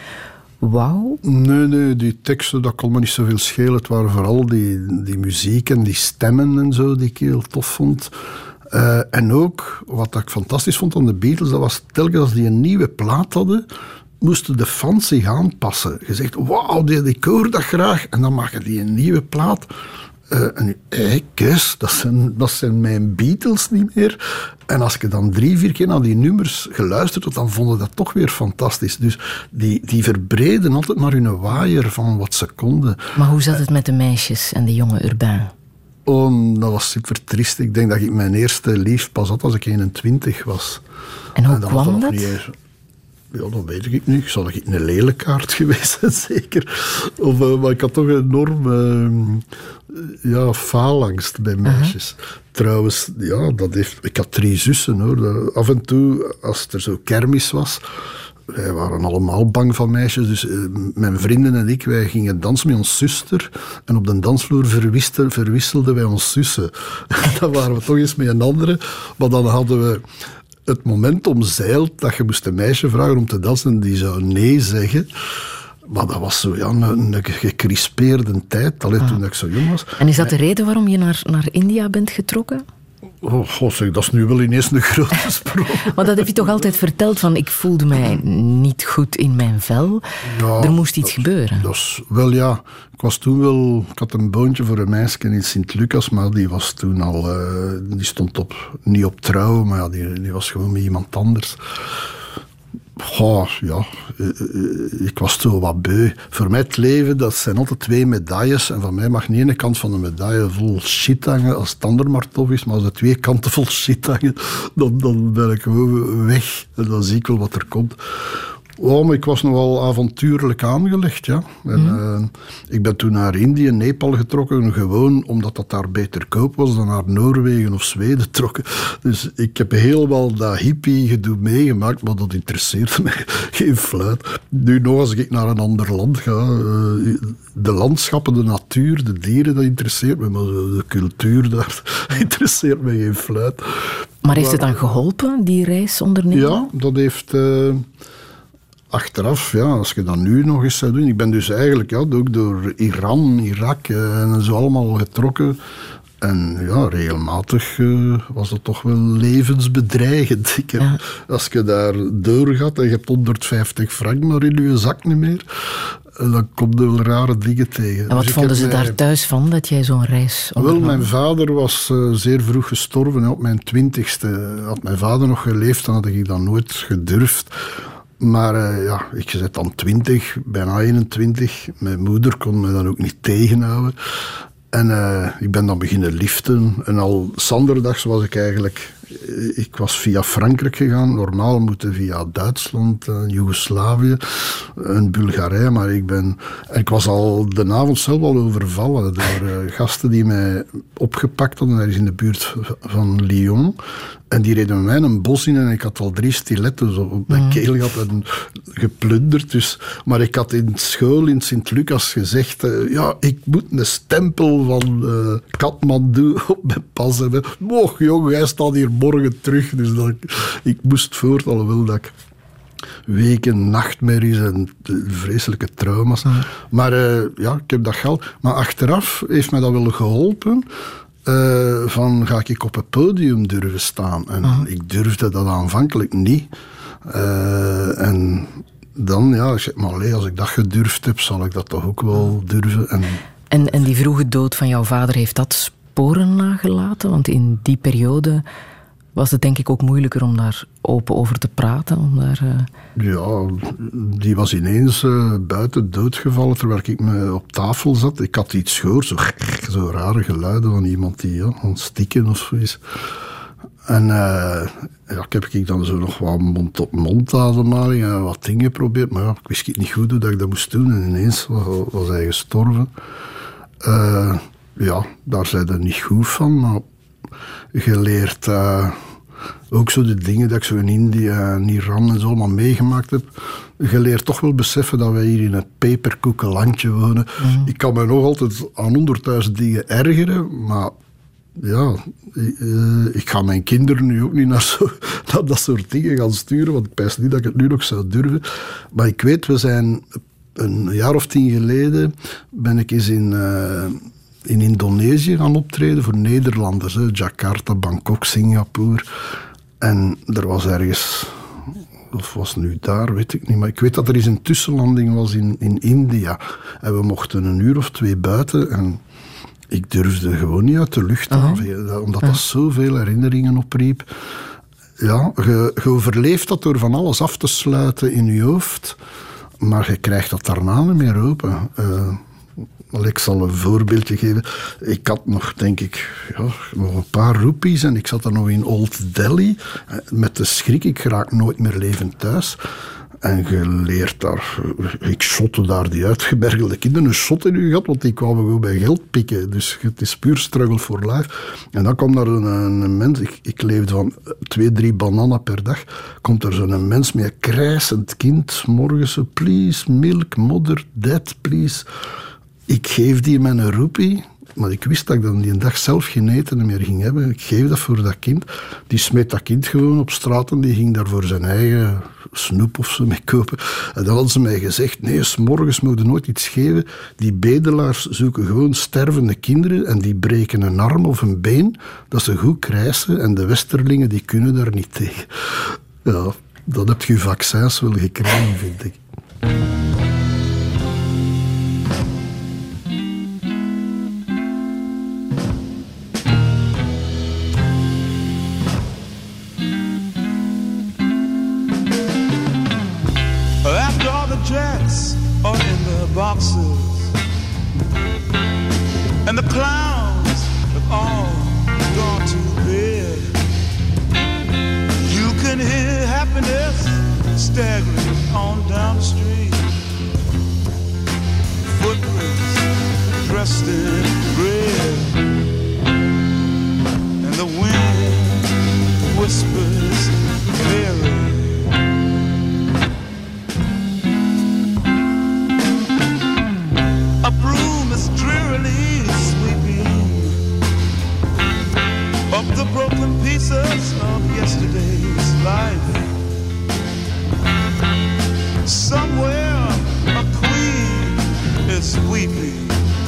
wou? Nee, nee, die teksten, dat kon me niet zoveel schelen. Het waren vooral die, die muziek en die stemmen en zo die ik heel tof vond. Uh, en ook, wat ik fantastisch vond aan de Beatles, dat was telkens als die een nieuwe plaat hadden, moesten de fans zich aanpassen. Je zegt, wauw, die, ik hoor dat graag. En dan maken die een nieuwe plaat. Uh, en hey, kus, dat zijn, dat zijn mijn Beatles niet meer. En als je dan drie, vier keer naar die nummers geluisterd had, dan vonden dat toch weer fantastisch. Dus die, die verbreden altijd maar hun waaier van wat ze konden. Maar hoe zat het met de meisjes en de jonge Urbain? Oh, dat was super triest. Ik denk dat ik mijn eerste lief pas had als ik eenentwintig was. En hoe en kwam dat? Niet eens... Ja, dat weet ik niet. Zal ik een lelijkaard geweest zijn, zeker. Of, uh, maar ik had toch een enorm uh, ja, faalangst bij meisjes. Uh-huh. Trouwens, ja, dat heeft... Ik had drie zussen, hoor. Af en toe, als er zo kermis was... Wij waren allemaal bang van meisjes. Dus uh, mijn vrienden en ik, wij gingen dansen met ons zuster. En op de dansvloer verwisselden wij ons zussen. Dan waren we toch eens met een andere. Maar dan hadden we... Het moment omzeild dat je moest een meisje vragen om te dansen en die zou nee zeggen. Maar dat was zo ja, een, een gecrispeerde tijd, allee, ah. toen ik zo jong was. En is dat de reden waarom je naar, naar India bent getrokken? Oh, god, zeg, dat is nu wel ineens een grote sprong. Maar dat heb je toch altijd verteld, van ik voelde mij niet goed in mijn vel. Ja, er moest iets dat, gebeuren. Dat is, wel ja, ik was toen wel... Ik had een boontje voor een meisje in Sint-Lucas, maar die was toen al... Uh, die stond op, niet op trouw, maar ja, die, die was gewoon met iemand anders. Oh, ja, ik was zo wat beu. Voor mij het leven, dat zijn altijd twee medailles. En van mij mag de ene kant van de medaille vol shit hangen, als het ander maar tof is. Maar als de twee kanten vol shit hangen, dan, dan ben ik gewoon weg. En dan zie ik wel wat er komt. Oh, maar ik was nogal avontuurlijk aangelegd, ja. En, mm. uh, ik ben toen naar Indië, Nepal getrokken, gewoon omdat dat daar beter koop was dan naar Noorwegen of Zweden trokken. Dus ik heb helemaal dat hippie-gedoe meegemaakt, maar dat interesseert mij geen fluit. Nu nog, als ik naar een ander land ga, uh, de landschappen, de natuur, de dieren, dat interesseert me, maar de cultuur, daar interesseert me geen fluit. Maar heeft maar, het dan geholpen, die reis ondernemen? Ja, dat heeft... Uh, Achteraf, ja, als je dat nu nog eens zou doen... Ik ben dus eigenlijk ja, ook door Iran, Irak en zo allemaal getrokken. En ja, regelmatig uh, was dat toch wel levensbedreigend. Ik heb, ja. Als je daar doorgaat en je hebt honderdvijftig frank maar in je zak niet meer... dan komt er wel rare dingen tegen. En wat dus vonden ze mij... daar thuis van, dat jij zo'n reis ondernam? Wel, mijn vader was uh, zeer vroeg gestorven. Op mijn twintigste had mijn vader nog geleefd, dan had ik dat nooit gedurfd. Maar uh, ja, ik zat dan twintig, bijna eenentwintig. Mijn moeder kon me dan ook niet tegenhouden. En uh, ik ben dan beginnen liften. En al zanderdags was ik eigenlijk... Ik was via Frankrijk gegaan. Normaal moeten via Duitsland, uh, Joegoslavië en Bulgarije. Maar ik ben... En ik was al de avond zelf al overvallen door uh, gasten die mij opgepakt hadden. Dat is in de buurt van Lyon. En die reden met mij een bos in en ik had al drie stiletten zo op mijn mm. keel gehad en geplunderd. Dus. Maar ik had in school in Sint-Lucas gezegd... Uh, ja, ik moet een stempel van uh, Kathmandu op mijn pas hebben. Moch, jong, hij staat hier morgen terug. Dus dat, ik moest voort, alhoewel dat ik weken nachtmerries en vreselijke trauma's. Mm. Maar uh, ja, ik heb dat gehad. Maar achteraf heeft mij dat wel geholpen... Uh, van ga ik op het podium durven staan? En uh-huh. ik durfde dat aanvankelijk niet. Uh, en dan, ja, ik zeg, maar allee, als ik dat gedurfd heb, zal ik dat toch ook wel durven. En, en, en die vroege dood van jouw vader, heeft dat sporen nagelaten? Want in die periode was het denk ik ook moeilijker om daar open over te praten. Om daar, uh... Ja, die was ineens uh, buiten doodgevallen terwijl ik me op tafel zat. Ik had iets gehoord, zo, zo rare geluiden van iemand die ja, aan het stikken of zoiets. En uh, ja, ik heb ik dan zo nog wat mond-op-mond ademhaling en wat dingen geprobeerd. Maar ja, ik wist niet goed hoe dat ik dat moest doen. En ineens was, was hij gestorven. Uh, ja, daar zijn er niet goed van, maar je leert uh, ook zo de dingen dat ik zo in India en Iran en zo allemaal meegemaakt heb. Je leert toch wel beseffen dat wij hier in een peperkoekenlandje wonen. Mm. Ik kan me nog altijd aan honderdduizend dingen ergeren, maar ja, uh, ik ga mijn kinderen nu ook niet naar, zo, naar dat soort dingen gaan sturen, want ik pijs niet dat ik het nu nog zou durven. Maar ik weet, we zijn een jaar of tien geleden ben ik eens in... Uh, in Indonesië gaan optreden voor Nederlanders. Hè. Jakarta, Bangkok, Singapore. En er was ergens... Of was nu daar, weet ik niet. Maar ik weet dat er eens een tussenlanding was in, in India. En we mochten een uur of twee buiten. En ik durfde gewoon niet uit de lucht uh-huh. aan. Omdat dat zoveel herinneringen opriep. Ja, je, je overleeft dat door van alles af te sluiten in je hoofd. Maar je krijgt dat daarna niet meer open. Uh, Ik zal een voorbeeldje geven. Ik had nog, denk ik, ja, nog een paar roepies en ik zat er nog in Old Delhi. Met de schrik, ik raak nooit meer levend thuis. En je leert daar... Ik shotte daar die uitgebergelde kinderen een shot in je gat, want die kwamen gewoon bij geld pikken. Dus het is puur struggle for life. En dan komt er een, een mens... Ik, ik leefde van twee, drie bananen per dag. Komt er zo'n mens met een krijsend kind. Morgens zo, please, milk, mother, dad, please... Ik geef die mijn roepie, maar ik wist dat ik dan die dag zelf geen eten meer ging hebben. Ik geef dat voor dat kind. Die smeet dat kind gewoon op straat en die ging daar voor zijn eigen snoep of zo mee kopen. En dan hadden ze mij gezegd, nee, 's morgens moet je nooit iets geven. Die bedelaars zoeken gewoon stervende kinderen en die breken een arm of een been, dat ze goed krijsen en de westerlingen die kunnen daar niet tegen. Ja, dan heb je vaccins wel gekregen, vind ik. Or in the boxes, and the clowns have all gone to bed. You can hear happiness staggering on down the street. Footprints dressed in red, and the wind whispers Mary. A broom is drearily sweeping up the broken pieces of yesterday's life. Somewhere a queen is weeping.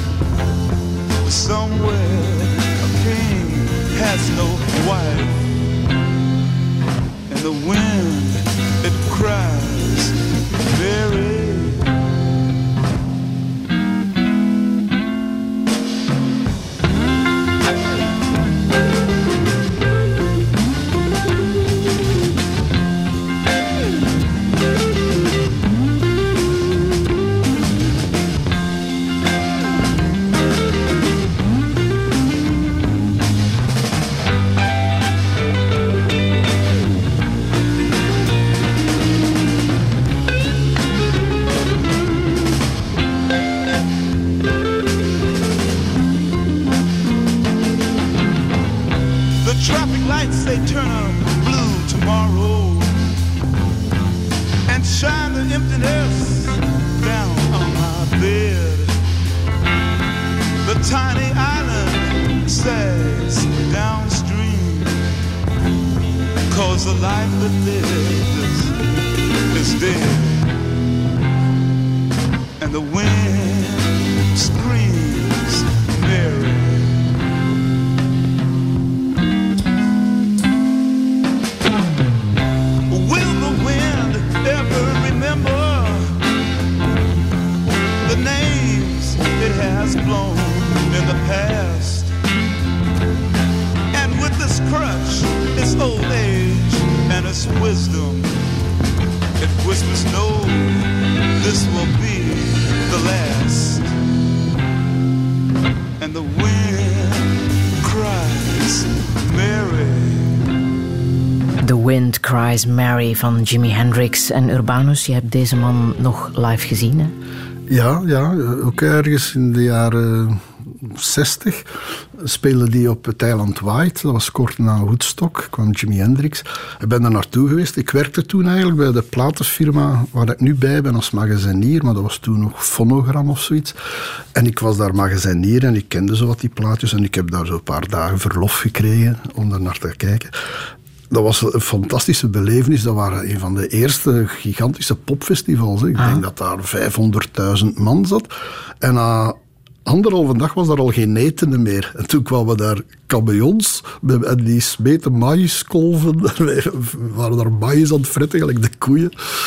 Somewhere a king has no wife. And the wind, it cries very. They turn a blue tomorrow and shine the emptiness down on my bed. The tiny island sags downstream, 'cause the life that lives is dead. And the wind screams Mary. has blown in the past. And with this crutch, its old age and its wisdom, it whispers, no, this will be the last. And the wind cries, Mary. The Wind Cries Mary van Jimi Hendrix. En Urbanus, je hebt deze man nog live gezien, hè? Ja, ja, ook ergens in de jaren zestig speelde die op het eiland White. Dat was kort na Woodstock, kwam Jimi Hendrix. Ik ben daar naartoe geweest. Ik werkte toen eigenlijk bij de platenfirma waar ik nu bij ben als magazinier, maar dat was toen nog Fonogram of zoiets. En ik was daar magazinier en ik kende zo wat die plaatjes en ik heb daar zo een paar dagen verlof gekregen om daar naar te kijken. Dat was een fantastische belevenis. Dat waren een van de eerste gigantische popfestivals. Hè. Ik ah. denk dat daar vijfhonderdduizend man zat. En na anderhalve dag was er al geen eten meer. En toen kwamen daar kameleons en die smeten maïskolven. Er waren daar maïs aan het fretten, gelijk de koeien.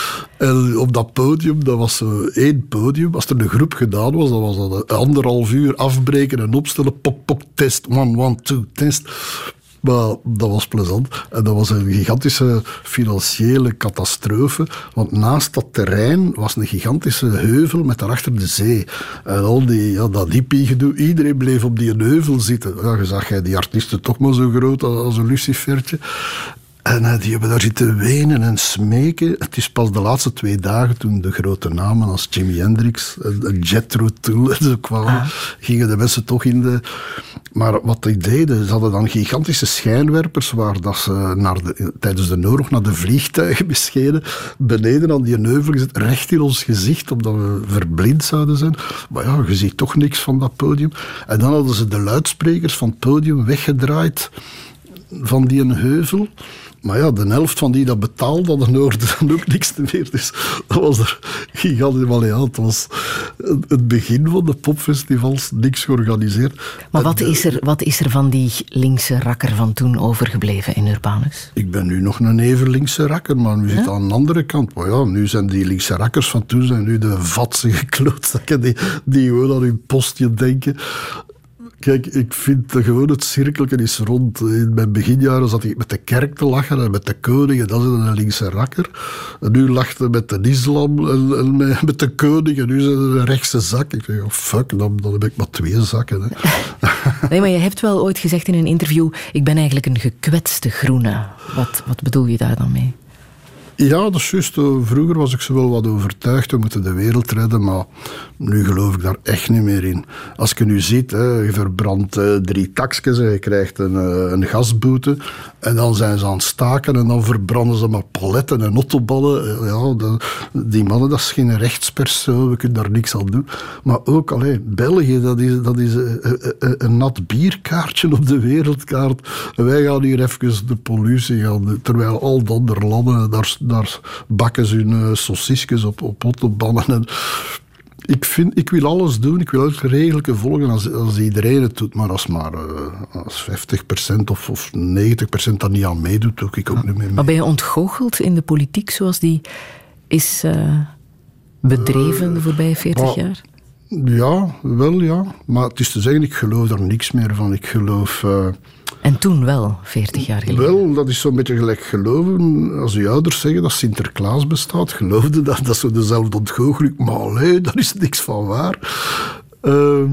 En op dat podium, dat was zo één podium. Als er een groep gedaan was, dan was dat een anderhalf uur afbreken en opstellen. Pop, pop, test, one, one, two, test. Maar dat was plezant. En dat was een gigantische financiële catastrofe. Want naast dat terrein was een gigantische heuvel met daarachter de zee. En al die, ja, dat hippie-gedoe, iedereen bleef op die heuvel zitten. Ja, je zag jij die artiesten toch maar zo groot als een lucifertje. En uh, die hebben daar zitten wenen en smeken. Het is pas de laatste twee dagen, toen de grote namen als Jimi Hendrix en Jethro Tull en zo kwamen, ah. gingen de mensen toch in de... Maar wat die deden, ze hadden dan gigantische schijnwerpers waar dat ze naar de, tijdens de oorlog naar de vliegtuigen beschenen, beneden aan die heuvel gezet, recht in ons gezicht, omdat we verblind zouden zijn. Maar ja, je ziet toch niks van dat podium. En dan hadden ze de luidsprekers van het podium weggedraaid van die heuvel. Maar ja, de helft van die dat betaalde, hadden hoorde dan ook niks meer. Dus dat was er gigantisch. Maar ja, het was het begin van de popfestivals, niks georganiseerd. Maar wat is er, wat is er van die linkse rakker van toen overgebleven in Urbanus? Ik ben nu nog een even linkse rakker, maar nu zit het aan de andere kant. Maar ja, nu zijn die linkse rakkers van toen zijn nu de vatsige klootzakken die, die gewoon aan hun postje denken. Kijk, ik vind gewoon het cirkeltje is rond. In mijn beginjaren zat ik met de kerk te lachen en met de koning, en dat is een linkse rakker. En nu lachte met de islam en, en met de koning, en nu zijn er een rechtse zak. Ik zeg, oh fuck, dan, dan heb ik maar twee zakken. Hè. Nee, maar je hebt wel ooit gezegd in een interview, ik ben eigenlijk een gekwetste groene. Wat, wat bedoel je daar dan mee? Ja, dat is juist. Vroeger was ik zo wel wat overtuigd, we moeten de wereld redden, maar nu geloof ik daar echt niet meer in. Als je nu ziet, hè, je verbrandt uh, drie taksjes en je krijgt een, uh, een gasboete en dan zijn ze aan het staken en dan verbranden ze maar paletten en autoballen. Ja, de, die mannen, dat is geen rechtspersoon, we kunnen daar niks aan doen. Maar ook, allee, België, dat is, dat is een, een, een nat bierkaartje op de wereldkaart. En wij gaan hier even de pollutie gaan, terwijl al de andere landen, daar Daar bakken ze hun uh, sausisjes op, op autobannen. En ik, vind, ik wil alles doen, ik wil elk regeltje volgen als, als iedereen het doet. Maar als maar uh, als vijftig procent of, of negentig procent daar niet aan meedoet, doe ik ook niet mee. Maar ben je ontgoocheld in de politiek zoals die is uh, bedreven uh, de voorbije veertig jaar? Ja, wel ja. Maar het is te zeggen, ik geloof daar niks meer van. Ik geloof... Uh, En toen wel, veertig jaar geleden? Wel, dat is zo'n beetje gelijk geloven. Als je ouders zeggen dat Sinterklaas bestaat, geloofde dat, dat is zo dezelfde ontgoocheling. Maar nee, daar is niks van waar. Uh,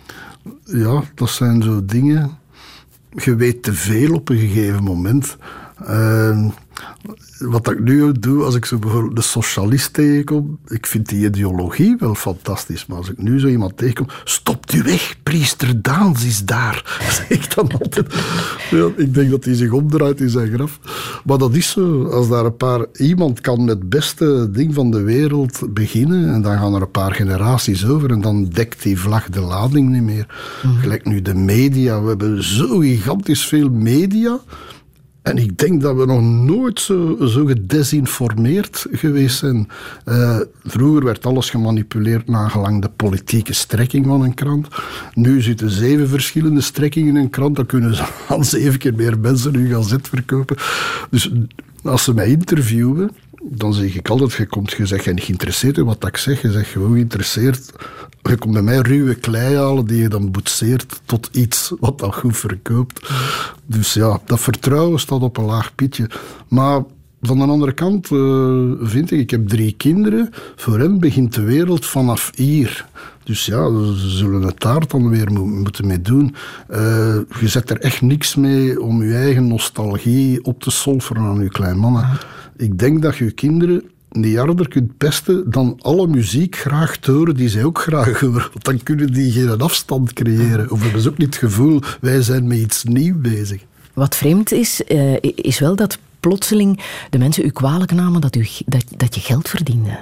ja, dat zijn zo dingen... Je weet te veel op een gegeven moment. Uh, wat ik nu doe, als ik zo bijvoorbeeld de socialist tegenkom, ik vind die ideologie wel fantastisch, maar als ik nu zo iemand tegenkom, stopt u weg, priester Daans is daar, zeg ik dan altijd. Ja, ik denk dat hij zich omdraait in zijn graf. Maar dat is zo, als daar een paar, iemand kan met het beste ding van de wereld beginnen en dan gaan er een paar generaties over en dan dekt die vlag de lading niet meer. Mm-hmm. Gelijk nu de media, we hebben zo gigantisch veel media. En ik denk dat we nog nooit zo, zo gedesinformeerd geweest zijn. Uh, vroeger werd alles gemanipuleerd naar gelang de politieke strekking van een krant. Nu zitten zeven verschillende strekkingen in een krant. Dan kunnen ze aan zeven keer meer mensen hun gazet verkopen. Dus als ze mij interviewen, dan zeg ik altijd, je komt, je zegt, je niet geïnteresseerd in wat ik zeg. Je zegt gewoon geïnteresseerd Je komt bij mij ruwe klei halen die je dan boetseert tot iets wat dat goed verkoopt. Dus ja, dat vertrouwen staat op een laag pitje. Maar van de andere kant uh, vind ik, ik heb drie kinderen. Voor hen begint de wereld vanaf hier. Dus ja, ze zullen het daar dan weer mo- moeten mee doen. Uh, je zet er echt niks mee om je eigen nostalgie op te solferen aan je klein mannen. Ik denk dat je kinderen niet harder kunt pesten dan alle muziek graag te horen die zij ook graag horen. Want dan kunnen die geen afstand creëren. Of hebben ze ook niet het gevoel, wij zijn met iets nieuws bezig. Wat vreemd is, uh, is wel dat plotseling de mensen u kwalijk namen dat, u, dat, dat je geld verdiende.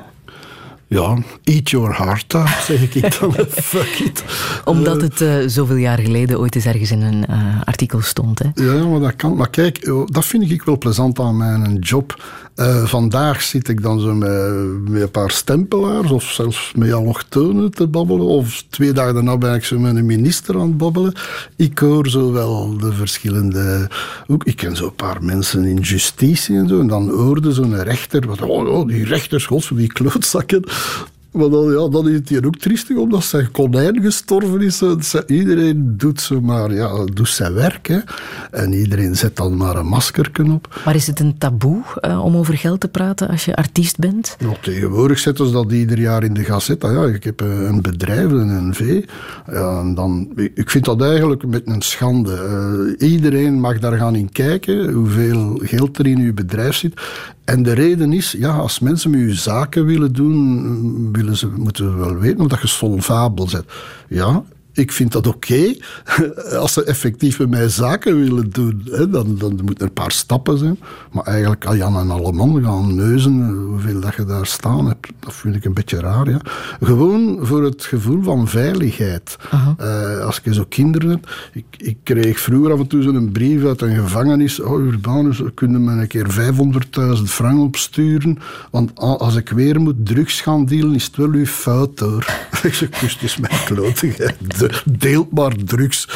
Ja, eat your heart out, zeg ik dan. Fuck it. Omdat het uh, zoveel jaar geleden ooit eens ergens in een uh, artikel stond. Hè? Ja, maar dat kan. Maar kijk, dat vind ik wel plezant aan mijn job. Uh, vandaag zit ik dan zo met, met een paar stempelaars, of zelfs met Jan Lochteunen te babbelen. Of twee dagen daarna ben ik zo met een minister aan het babbelen. Ik hoor zo wel de verschillende... Ook, ik ken zo een paar mensen in justitie en zo. En dan hoorde zo'n rechter... Wat, oh, oh, die rechters, god, die klootzakken... Maar dan, ja, dan is het hier ook triestig, omdat zijn konijn gestorven is. Iedereen doet zo maar, ja, doet zijn werk. Hè. En iedereen zet dan maar een maskerken op. Maar is het een taboe uh, om over geld te praten als je artiest bent? Nou, tegenwoordig zetten ze dat ieder jaar in de Gazette. Ja, ik heb een bedrijf, een N V. Ja, en dan, ik vind dat eigenlijk een beetje een schande. Uh, iedereen mag daar gaan in kijken, hoeveel geld er in uw bedrijf zit. En de reden is, ja, als mensen met je zaken willen doen, willen ze, moeten ze wel weten of dat je solvabel bent. Ja, ik vind dat oké. Okay. Als ze effectief met mij zaken willen doen, hè, dan, dan moeten er een paar stappen zijn. Maar eigenlijk kan Jan en Alleman gaan neuzen hoeveel dat je daar staan hebt. Dat vind ik een beetje raar. Ja. Gewoon voor het gevoel van veiligheid. Uh, als ik zo kinderen heb... Ik, ik kreeg vroeger af en toe zo'n brief uit een gevangenis. Oh, Urbanus, kunnen me een keer vijfhonderdduizend frank opsturen? Want als ik weer moet drugs gaan dealen, is het wel uw fout, hoor. Ik zeg, kust is mijn klote. Deelt maar drugs.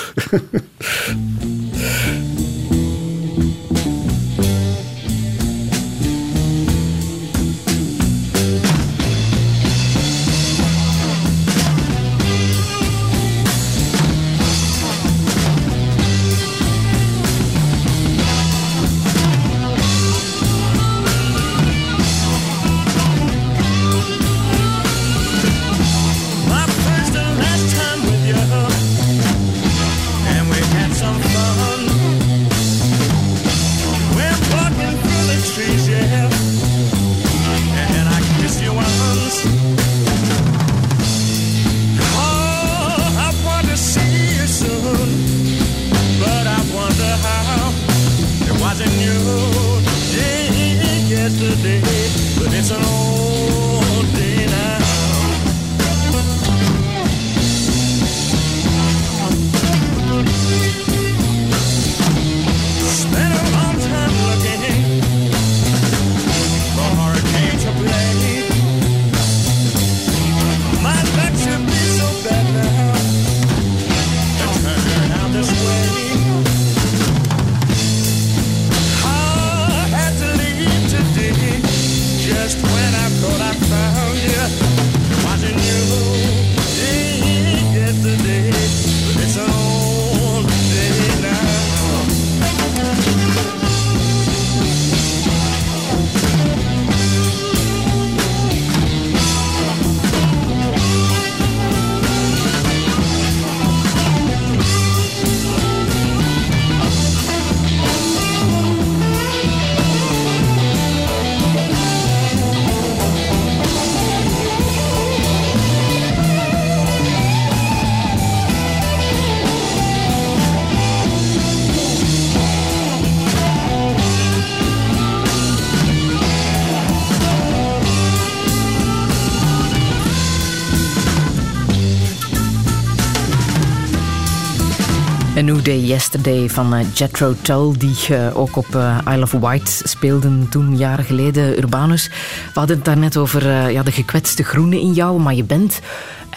A New Day Yesterday van uh, Jethro Tull, die uh, ook op uh, Isle of Wight speelden toen, jaren geleden. Urbanus, we hadden het daarnet over uh, ja, de gekwetste groene in jou, maar je bent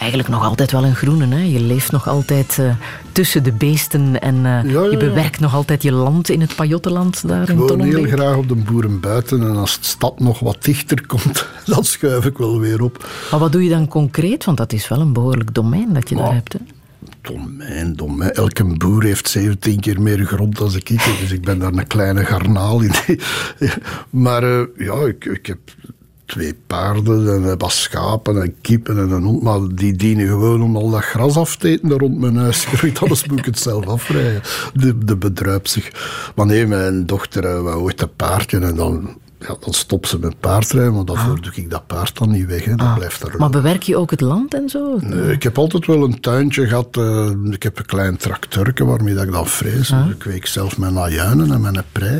eigenlijk nog altijd wel een groene. Hè? Je leeft nog altijd uh, tussen de beesten en uh, ja, ja, ja. je bewerkt nog altijd je land in het Pajottenland daar in Tonnenbeek. Ik woon heel graag op de boerenbuiten en als de stad nog wat dichter komt, dan schuif ik wel weer op. Maar wat doe je dan concreet? Want dat is wel een behoorlijk domein dat je maar, daar hebt. Hè? Domein, domein. Elke boer heeft zeventien keer meer grond dan ik. Dus ik ben daar een kleine garnaal in. Maar uh, ja, ik, ik heb twee paarden en wat schapen en kippen en een hond. Maar die dienen gewoon om al dat gras af te eten dat rond mijn huis groeit. Anders moet ik het zelf afrijden. De, de bedruipt zich. Maar nee, mijn dochter uh, wou ooit een paardje en dan... Ja, dan stopt ze met paardrijden, maar daarvoor ah. doe ik dat paard dan niet weg. Hè. Dat ah. blijft er maar bewerk je ook het land en zo? Nee, ik heb altijd wel een tuintje gehad. Uh, ik heb een klein tractorke waarmee dat ik dan vrees. Ah. Ik kweek zelf mijn ajuinen en mijn prei.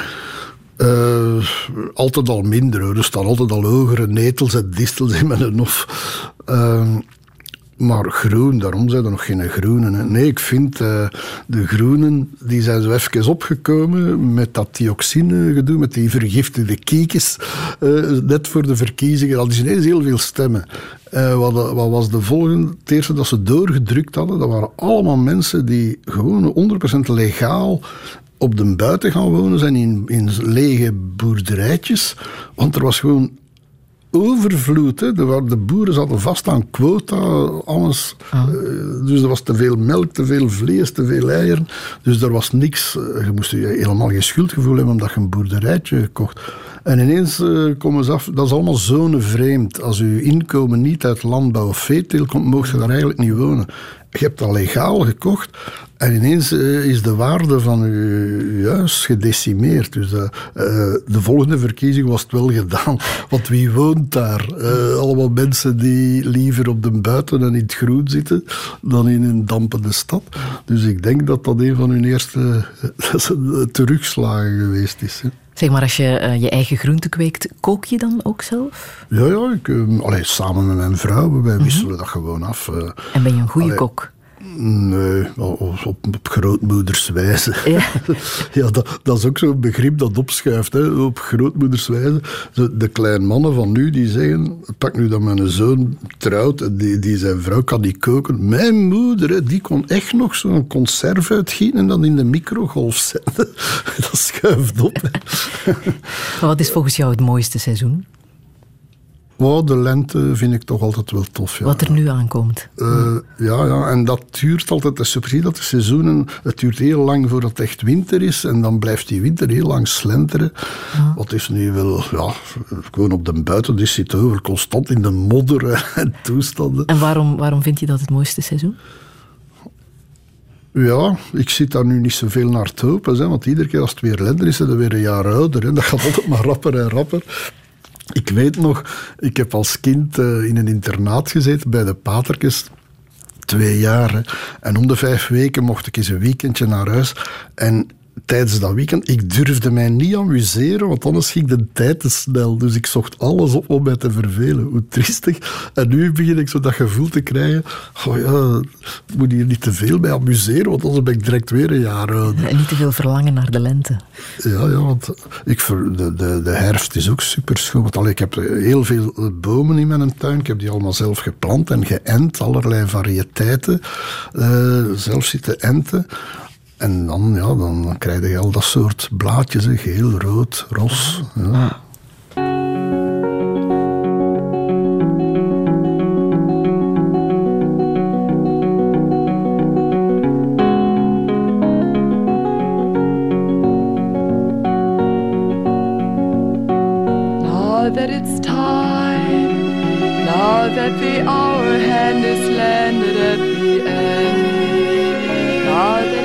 Uh, altijd al minder hoor. Er staan altijd al hogere netels en distels in mijn hof. Uh, Maar groen, daarom zijn er nog geen groenen. Hè. Nee, ik vind uh, de groenen, die zijn zo even opgekomen met dat dioxine gedoe, met die vergiftigde kiekjes, uh, net voor de verkiezingen. Dat is ineens heel veel stemmen. Uh, wat, wat was de volgende? Het eerste dat ze doorgedrukt hadden, dat waren allemaal mensen die gewoon honderd procent legaal op de buiten gaan wonen zijn, in, in lege boerderijtjes. Want er was gewoon overvloed. Hè. De, de boeren zaten vast aan quota, alles. Ah. Uh, dus er was te veel melk, te veel vlees, te veel eieren. Dus er was niks. Uh, je moest helemaal geen schuldgevoel hebben omdat je een boerderijtje kocht. En ineens uh, komen ze af. Dat is allemaal zonevreemd. Als je inkomen niet uit landbouw of veeteelt komt, mocht je daar eigenlijk niet wonen. Je hebt dat legaal gekocht. En ineens uh, is de waarde van je huis gedecimeerd. Dus uh, uh, de volgende verkiezing was het wel gedaan. Want wie woont daar? Uh, allemaal mensen die liever op de buiten en in het groen zitten dan in een dampende stad. Dus ik denk dat dat een van hun eerste uh, terugslagen geweest is. Hè. Zeg maar, als je uh, je eigen groente kweekt, kook je dan ook zelf? Ja, ja ik, uh, allee, samen met mijn vrouw. Wij wisselen mm-hmm. dat gewoon af. Uh, en ben je een goede kok? Nee, op, op, op grootmoederswijze. Ja, ja dat, dat is ook zo'n begrip dat opschuift. Hè, op grootmoederswijze. De, de kleine mannen van nu die zeggen... Pak nu dat mijn zoon trouwt en die, die zijn vrouw kan niet koken. Mijn moeder, hè, die kon echt nog zo'n conserve uitgieten en dan in de microgolf zetten. Dat schuift op. Maar wat is volgens jou het mooiste seizoen? Oh, de lente vind ik toch altijd wel tof. Ja. Wat er nu aankomt. Uh, ja, ja, en dat duurt altijd. Het is zo precies dat de seizoenen... Het duurt heel lang voordat het echt winter is. En dan blijft die winter heel lang slenteren. Ja. Wat is nu wel... Ja, gewoon op de buiten. Die zit over constant in de modder en toestanden. En waarom, waarom vind je dat het mooiste seizoen? Ja, ik zit daar nu niet zoveel naar te hopen. Hè, want iedere keer als het weer lente is, is het weer een jaar ouder. Hè. Dat gaat altijd maar rapper en rapper. Ik weet nog, ik heb als kind uh, in een internaat gezeten bij de patertjes. Twee jaar. Hè. En om de vijf weken mocht ik eens een weekendje naar huis. En tijdens dat weekend, ik durfde mij niet amuseren, want anders ging de tijd te snel. Dus ik zocht alles op om mij te vervelen. Hoe triestig. En nu begin ik zo dat gevoel te krijgen, oh ja, ik moet hier niet te veel bij amuseren, want anders ben ik direct weer een jaar ouder. En niet te veel verlangen naar de lente. Ja, ja, want ik, de, de, de herfst is ook super schoon. Want allee, ik heb heel veel bomen in mijn tuin. Ik heb die allemaal zelf geplant en geënt. Allerlei variëteiten. Uh, zelf zitten enten. En dan, ja, dan krijg je al dat soort blaadjes, hè, geel, rood, ros. Ja. Now that it's time, now that the hour hand is landed at the end, now that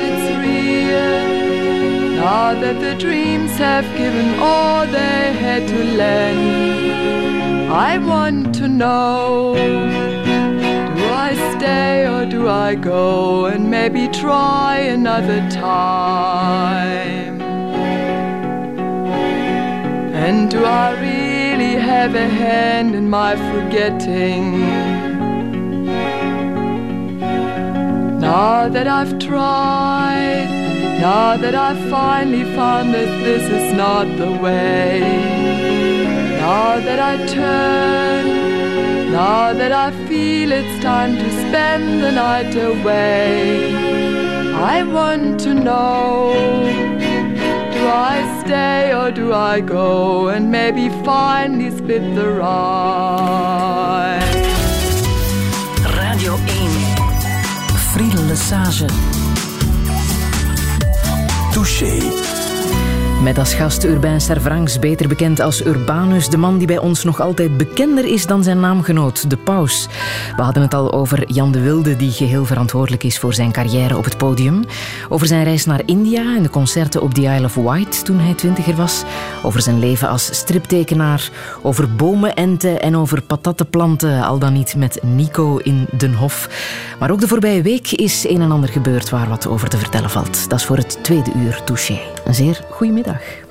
Now that the dreams have given all they had to lend, I want to know, do I stay or do I go and maybe try another time? And do I really have a hand in my forgetting? Now that I've tried, now that I've finally found that this is not the way, now that I turn, Now that I feel it's time to spend the night away, I want to know, do I stay or do I go, and maybe finally split the ride. Radio één. Friedel Lesage. Touché. Met als gast Urbain Servranckx, beter bekend als Urbanus, de man die bij ons nog altijd bekender is dan zijn naamgenoot, de Paus. We hadden het al over Jan de Wilde, die geheel verantwoordelijk is voor zijn carrière op het podium. Over zijn reis naar India en de concerten op the Isle of Wight toen hij twintiger was. Over zijn leven als striptekenaar. Over bomenenten en over patattenplanten, al dan niet met Nico in Den Hof. Maar ook de voorbije week is een en ander gebeurd waar wat over te vertellen valt. Dat is voor het tweede uur Touché. Een zeer goede middag.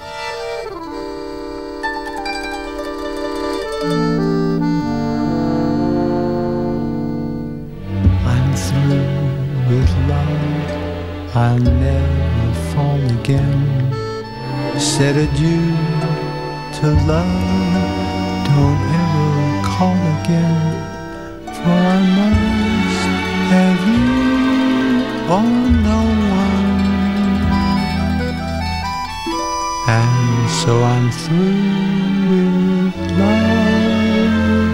I'm through with love, I'll never fall again. Said adieu to love, don't ever call again. For I must have you or no one. And so I'm through with love.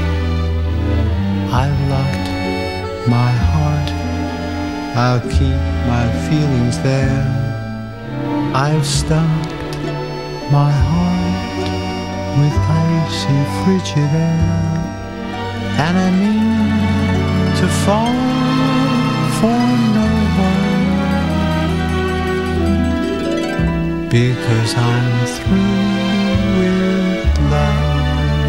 I've locked my heart, I'll keep my feelings there. I've stocked my heart with icy frigid air. And I mean to fall for no one, because I'm through with love.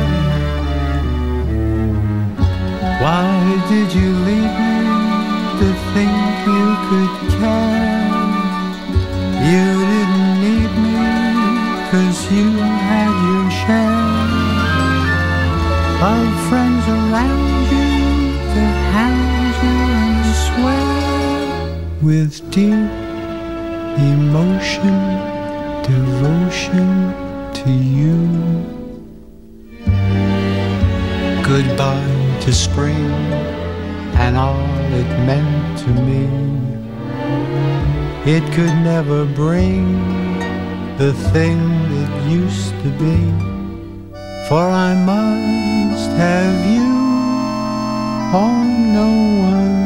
Why did you leave me to think you could care? You didn't need me, 'cause you had your share of friends around you to hand you and swear with deep emotion, devotion to you. Goodbye to spring and all it meant to me. It could never bring the thing that used to be. For I must have you or no one.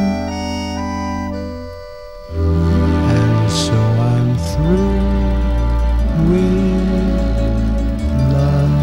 And so I'm through with love.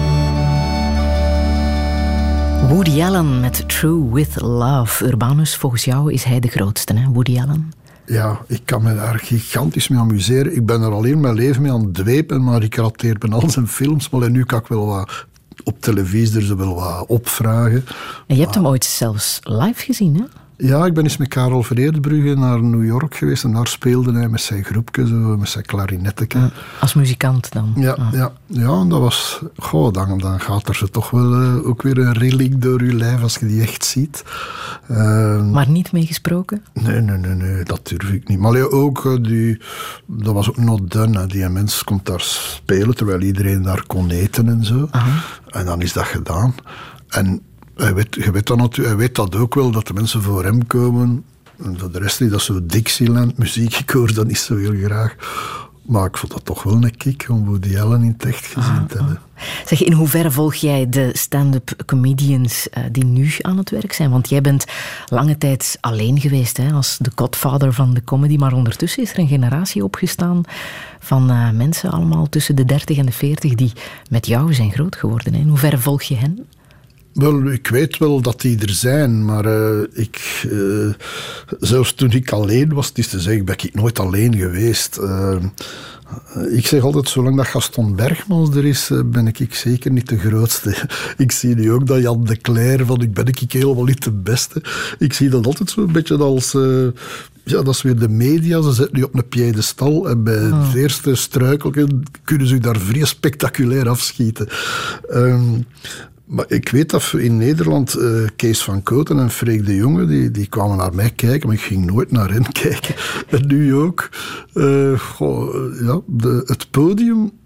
Woody Allen met True with Love. Urbanus, volgens jou is hij de grootste, hè? Woody Allen. Ja, ik kan me daar gigantisch mee amuseren. Ik ben er alleen mijn leven mee aan het dwepen, maar ik rateer bij al zijn films. Maar nu kan ik wel wat op televisie er ze wel wat opvragen. En je hebt hem ooit zelfs live gezien, hè? Ja, ik ben eens met Karel Vereerdbrugge naar New York geweest en daar speelde hij met zijn groepje, zo, met zijn klarinetteke. Ja, als muzikant dan? Ja, ah. ja, ja, dat was... Goh, dan, dan gaat er zo toch wel uh, ook weer een rilling door je lijf als je die echt ziet. Uh, maar niet meegesproken? Nee, nee, nee, nee, dat durf ik niet. Maar ja, ook, uh, die, dat was ook not done. Hè. Die mens komt daar spelen, terwijl iedereen daar kon eten en zo. Aha. En dan is dat gedaan. En Hij weet, je weet dat natuurlijk, hij weet dat ook wel, dat de mensen voor hem komen. En voor de rest niet, dat is zo Dixieland muziek. Ik hoor dat niet zo heel graag. Maar ik vond dat toch wel een kick om Woody Allen in het echt gezien ah, te hebben. Zeg, in hoeverre volg jij de stand-up comedians uh, die nu aan het werk zijn? Want jij bent lange tijd alleen geweest, hè, als de godfather van de comedy. Maar ondertussen is er een generatie opgestaan van uh, mensen, allemaal tussen de dertig en de veertig, die met jou zijn groot geworden. Hè. In hoeverre volg je hen? Wel, ik weet wel dat die er zijn, maar uh, ik, uh, zelfs toen ik alleen was, het is te zeggen, ben ik nooit alleen geweest. Uh, ik zeg altijd, zolang dat Gaston Bergmans er is, ben ik zeker niet de grootste. Ik zie nu ook dat Jan de Cler, van ik ben ik helemaal niet de beste. Ik zie dat altijd zo'n beetje als... Uh, ja, dat is weer de media. Ze zetten nu op een piedestal en bij oh. het eerste struikelken kunnen ze daar vrij spectaculair afschieten. Um, Maar ik weet dat in Nederland uh, Kees van Kooten en Freek de Jonge, die, die kwamen naar mij kijken, maar ik ging nooit naar hen kijken. En nu ook. Uh, goh, ja, de, het podium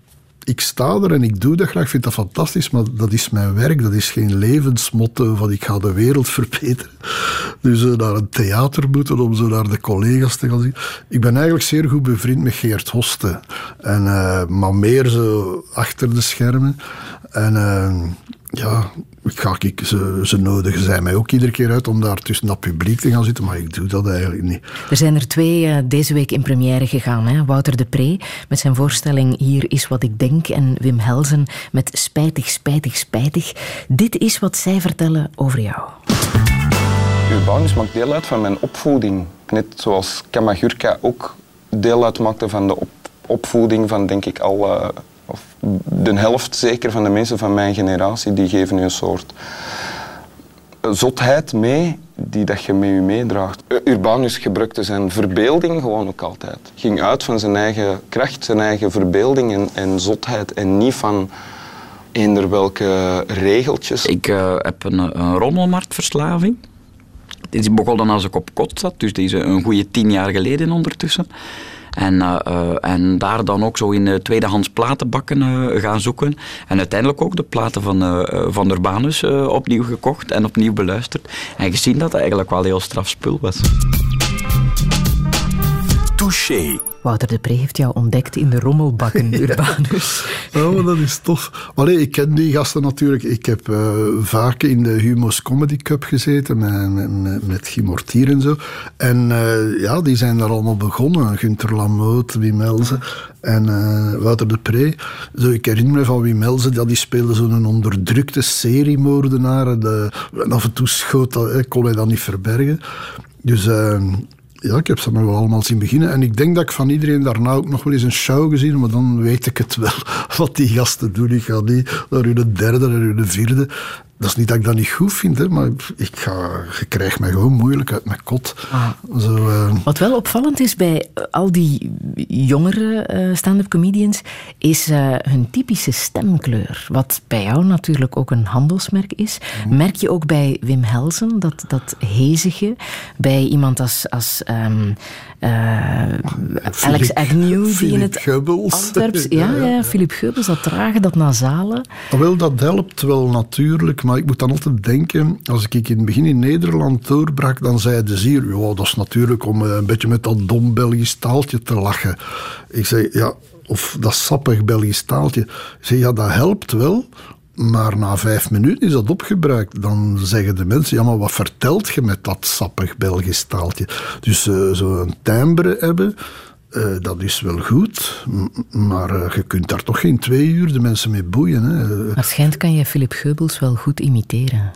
ik sta er en ik doe dat graag, ik vind dat fantastisch, maar dat is mijn werk, dat is geen levensmotto van ik ga de wereld verbeteren. Dus uh, naar een theater moeten om zo naar de collega's te gaan zien. Ik ben eigenlijk zeer goed bevriend met Geert Hoste. En, uh, maar meer zo achter de schermen. En uh, ja, ik ga, ik, ze, ze nodigen zij mij ook iedere keer uit om daar tussen dat publiek te gaan zitten, maar ik doe dat eigenlijk niet. Er zijn er twee uh, deze week in première gegaan. Hè? Wouter de Pre met zijn voorstelling Hier is wat ik denk en Wim Helsen met Spijtig, spijtig, spijtig. Dit is wat zij vertellen over jou. Urbanus maakt deel uit van mijn opvoeding. Net zoals Kamagurka ook deel uitmaakte van de op- opvoeding van, denk ik, al... Uh, of de helft zeker van de mensen van mijn generatie, die geven u een soort zotheid mee, die dat je met je meedraagt. Urbanus gebruikte zijn verbeelding gewoon ook altijd. Ging uit van zijn eigen kracht, zijn eigen verbeelding en, en zotheid en niet van eender welke regeltjes. Ik uh, heb een, een rommelmarktverslaving. Die is begonnen als ik op kot zat, dus die is een goede tien jaar geleden ondertussen. En, uh, uh, en daar dan ook zo in uh, tweedehands platenbakken uh, gaan zoeken. En uiteindelijk ook de platen van, uh, van Urbanus uh, opnieuw gekocht en opnieuw beluisterd. En gezien dat het eigenlijk wel heel straf spul was. Touché. Wouter de Pre heeft jou ontdekt in de rommelbakken, Urbanus. Ja, maar dat is tof. Allee, ik ken die gasten natuurlijk. Ik heb uh, vaak in de Humo's Comedy Cup gezeten met, met, met Guy Mortier en zo. En uh, ja, die zijn daar allemaal begonnen. Gunther Lamoot, Wim Helsen en uh, Wouter de Pre. Zo, ik herinner me van Wim Helsen, dat die speelde zo'n onderdrukte seriemoordenaar. De, en af en toe schoot dat, hè, kon hij dat niet verbergen. Dus... Uh, Ja, ik heb ze maar wel allemaal zien beginnen. En ik denk dat ik van iedereen daarna ook nog wel eens een show gezien heb, maar dan weet ik het wel, wat die gasten doen. Ik ga niet naar hun derde, naar hun vierde. Dat is niet dat ik dat niet goed vind, hè, maar ik, ga, ik krijg mij gewoon moeilijk uit mijn kot. Ah. Zo, uh... Wat wel opvallend is bij al die jongere uh, stand-up comedians, is uh, hun typische stemkleur. Wat bij jou natuurlijk ook een handelsmerk is. Mm. Merk je ook bij Wim Helsen dat, dat hezige, bij iemand als... als um, Uh, Alex Agnew, die in het Geubels. Antwerps... Ja, ja, ja, Philip Geubels, dat trage, dat nasale. Wel, dat helpt wel natuurlijk, maar ik moet dan altijd denken, als ik in het begin in Nederland doorbrak, dan zeiden ze hier, ja, dat is natuurlijk om een beetje met dat dom Belgisch taaltje te lachen. Ik zei, ja, of dat sappig Belgisch taaltje. Ik zei, ja, dat helpt wel, maar na vijf minuten is dat opgebruikt. Dan zeggen de mensen, ja, maar wat vertelt je met dat sappig Belgisch taaltje? Dus uh, zo'n timbre hebben, uh, dat is wel goed, m- maar uh, je kunt daar toch geen twee uur de mensen mee boeien. Hè. Waarschijnlijk kan je Philip Geubels wel goed imiteren.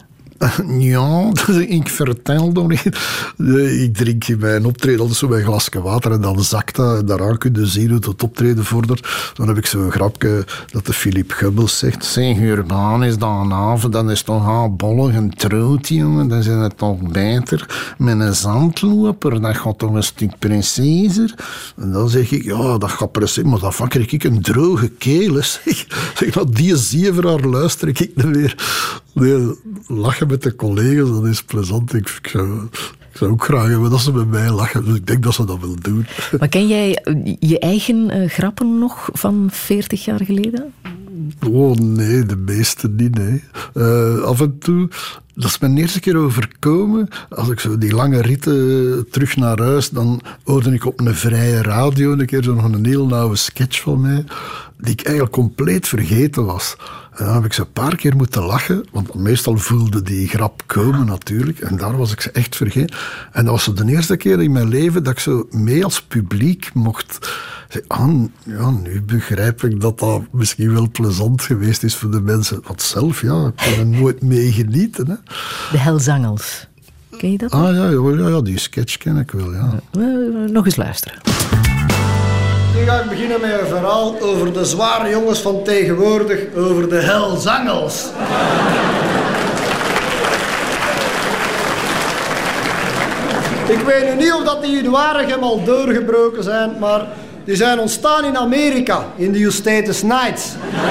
Ja, ik vertel nog niet. Ik drink bij een optreden altijd zo bij een glasje water en dan zakt dat. En daaraan kun je zien hoe het optreden vordert. Dan heb ik zo'n grapje dat de Philip Geubels zegt. Zeg, Urban is dan een avond, dan is toch al bollig en troot, jongen. Dan zijn het toch beter met een zandloper. Dat gaat toch een stuk preciser. En dan zeg ik, ja, dat gaat precies. Maar dan krijg ik een droge keel. Zeg, zeg nou, die zeeveraar luister ik niet meer. Nee, lachen met de collega's, dat is plezant. Ik, ik, zou, ik zou ook graag hebben dat ze met mij lachen. Dus ik denk dat ze dat wel doen. Maar ken jij je eigen uh, grappen nog van veertig jaar geleden? Oh nee, de meeste niet, nee. Uh, af en toe, dat is mijn eerste keer overkomen. Als ik zo die lange ritten terug naar huis, dan hoorde ik op een vrije radio een keer zo nog een heel nauwe sketch van mij, die ik eigenlijk compleet vergeten was. En dan heb ik ze een paar keer moeten lachen, want meestal voelde die grap komen natuurlijk. En daar was ik ze echt vergeten. En dat was zo de eerste keer in mijn leven dat ik zo mee als publiek mocht zeggen, ah, ja, nu begrijp ik dat dat misschien wel plezant geweest is voor de mensen. Want zelf, ja, ik kon er nooit mee genieten. Hè. De Helzangels. Ken je dat? Ah ja, ja, ja, die sketch ken ik wel, ja. Uh, nog eens luisteren. Nu ga ik beginnen met een verhaal over de zware jongens van tegenwoordig, over de Helzangels. Ik weet nu niet of dat die in Waregem al doorgebroken zijn, maar die zijn ontstaan in Amerika, in de Eustatus Nights.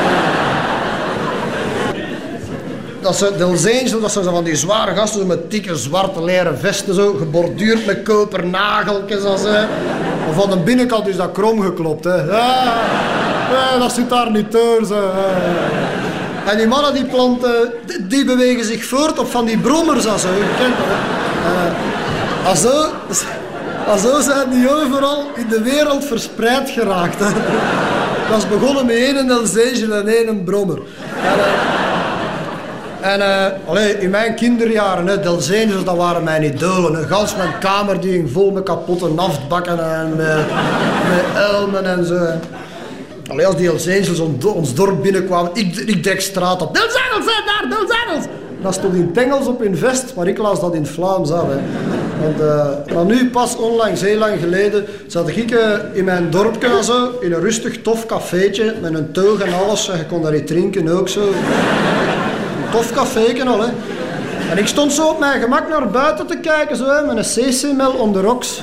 Dat zijn de Hells Angels, dat zijn zo van die zware gasten met dikke zwarte leren vesten, zo, geborduurd met kopernageltjes. Van de binnenkant is dat krom geklopt, hè. Ah. Nee, dat zit daar niet door. Zo. En die mannen die planten, die bewegen zich voort op van die brommers. Zo. Je kent dat, hè. Uh, als zo, als zo zijn die overal in de wereld verspreid geraakt. Hè. Dat is begonnen met één Hells Angel en één brommer. En, uh, en uh, allee, in mijn kinderjaren, hè, de Hells Angels, dat waren mijn idolen. Hè. Gans mijn kamer die ging vol met kapotte naftbakken en met, met elmen en zo. Allee, als die Hells Angels on, ons dorp binnenkwamen, ik, ik dek straat op. Hells Angels zijn daar, Hells Angels! Dat stond in het Engels op hun vest, maar ik las dat in het Vlaams af. Hè. Want, uh, maar nu, pas onlangs, heel lang geleden, zat ik uh, in mijn dorpje zo, in een rustig, tof cafeetje, met een teug en alles. En je kon daar iets drinken ook zo. Een tof cafeetje al, hè. En ik stond zo op mijn gemak naar buiten te kijken, zo, hè, met een C C-mel on the rocks.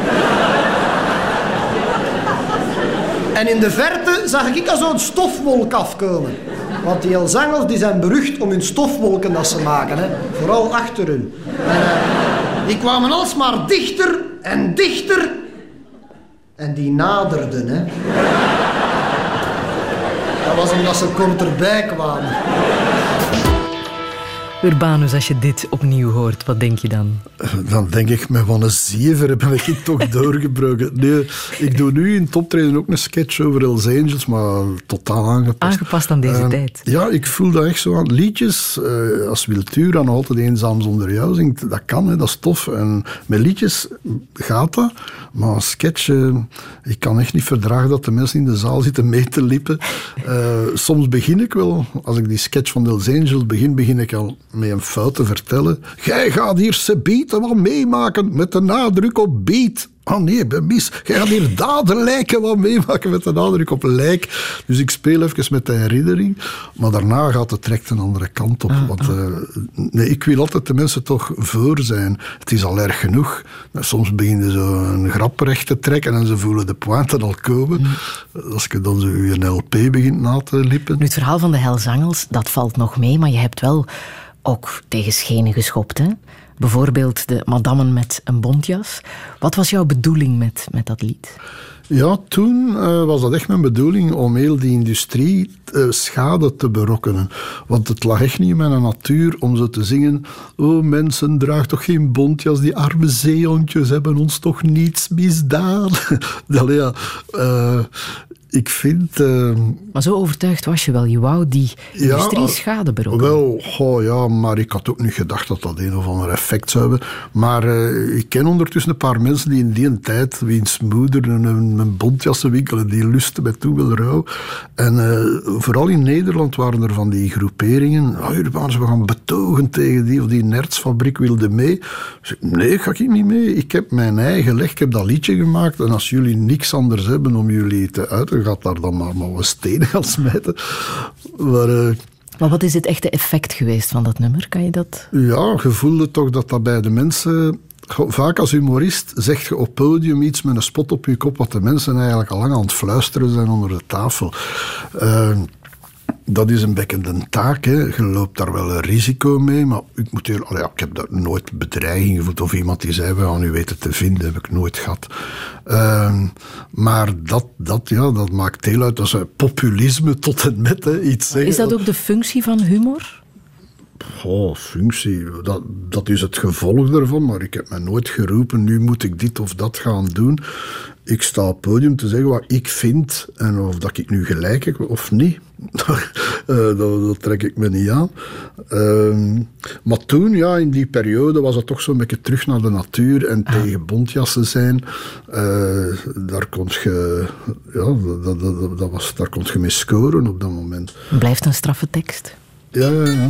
En in de verte zag ik al zo'n stofwolk afkomen. Want die Hells Angels die zijn berucht om hun stofwolken dat ze maken. Hè. Vooral achter hun. En, uh, die kwamen alsmaar dichter en dichter. En die naderden. Hè. Dat was omdat ze korterbij kwamen. Urbanus, als je dit opnieuw hoort, wat denk je dan? Dan denk ik, met wat een zever ben ik toch doorgebroken. Nee, ik doe nu in het optreden ook een sketch over Hells Angels, maar totaal aangepast. Aangepast aan deze uh, tijd. Ja, ik voel dat echt zo aan. Liedjes, uh, als Wiltura nog altijd Eenzaam zonder jou zingt, dat kan, hè, dat is tof. En met liedjes gaat dat, maar een sketch, uh, ik kan echt niet verdragen dat de mensen in de zaal zitten mee te lippen. Uh, soms begin ik wel, als ik die sketch van Hells Angels begin, begin ik al met een fout te vertellen. Jij gaat hier se beeten wat meemaken met de nadruk op beat. Ah nee, ik ben mis. Jij gaat hier dadenlijken wat meemaken met de nadruk op lijk. Dus ik speel even met de herinnering. Maar daarna gaat het direct een andere kant op. Ah, want uh, nee, ik wil altijd de mensen toch voor zijn. Het is al erg genoeg. Soms beginnen ze een grap recht te trekken en ze voelen de pointen al komen. Mm. Als je dan zo je L P begint na te lippen. Nu, het verhaal van de Hells Angels, dat valt nog mee, maar je hebt wel ook tegen schenen geschopt, hè? Bijvoorbeeld de madammen met een bontjas. Wat was jouw bedoeling met, met dat lied? Ja, toen uh, was dat echt mijn bedoeling om heel die industrie uh, schade te berokkenen. Want het lag echt niet in mijn natuur om zo te zingen. Oh mensen, draag toch geen bontjas, die arme zeehondjes hebben ons toch niets misdaan. Allee, ja, uh, ik vind... Uh, maar zo overtuigd was je wel, je wou die industrie ja, schade berokkenen. Wel, oh ja, maar ik had ook niet gedacht dat dat een of ander effect zou hebben. Maar uh, ik ken ondertussen een paar mensen die in die tijd, wiens moeder een, een bontjassenwinkel en die lusten met toen wel rouw. En uh, vooral in Nederland waren er van die groeperingen. Oh, Urbanus, we gaan betogen tegen die of die nertsfabriek wilde mee. Dus, nee, ga ik niet mee. Ik heb mijn eigen leg, ik heb dat liedje gemaakt. En als jullie niks anders hebben om jullie te uiten, gaat daar dan maar, maar wat stenen gaan smijten. Maar, uh, maar wat is het echte effect geweest van dat nummer? Kan je dat... Ja, je voelde toch dat dat bij de mensen... Vaak als humorist zeg je op podium iets met een spot op je kop, wat de mensen eigenlijk al lang aan het fluisteren zijn onder de tafel. Uh, Dat is een bekkende taak. Hè. Je loopt daar wel een risico mee, maar ik moet hier, allee, ik heb daar nooit bedreiging gevoeld of iemand die zei, we gaan u weten te vinden, heb ik nooit gehad. Uh, maar dat, dat, ja, dat maakt deel uit, dat is populisme tot en met. Hè, iets zeggen. Is dat ook de functie van humor? Oh, functie, dat, dat is het gevolg daarvan, maar ik heb me nooit geroepen, nu moet ik dit of dat gaan doen. Ik sta op het podium te zeggen wat ik vind en of dat ik nu gelijk heb of niet. uh, dat, dat trek ik me niet aan. Uh, maar toen, ja, in die periode was het toch zo'n beetje terug naar de natuur en ah. tegen bontjassen zijn. Uh, daar kon je, ja, dat, dat, dat, dat was, daar kon je mee scoren op dat moment. Blijft een straffe tekst. Ja, ja, ja.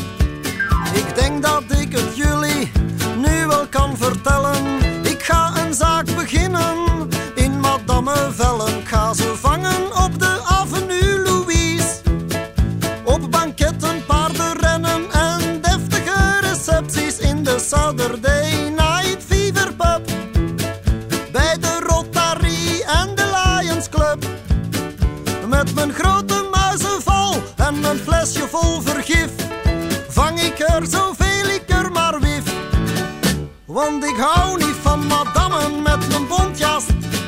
Ik denk dat ik het jullie nu wel kan vertellen. Ik ga een een zaak beginnen in Madame Vellen. Ik ga ze vangen op de Avenue Louise. Op banketten, paardenrennen en deftige recepties in de Saturday Night Fever Pub. Bij de Rotary en de Lions Club. Met mijn grote muizenval en mijn flesje vol vergif vang ik er zoveel ik er maar wif. Want ik hou niet van madammen met een bontjas.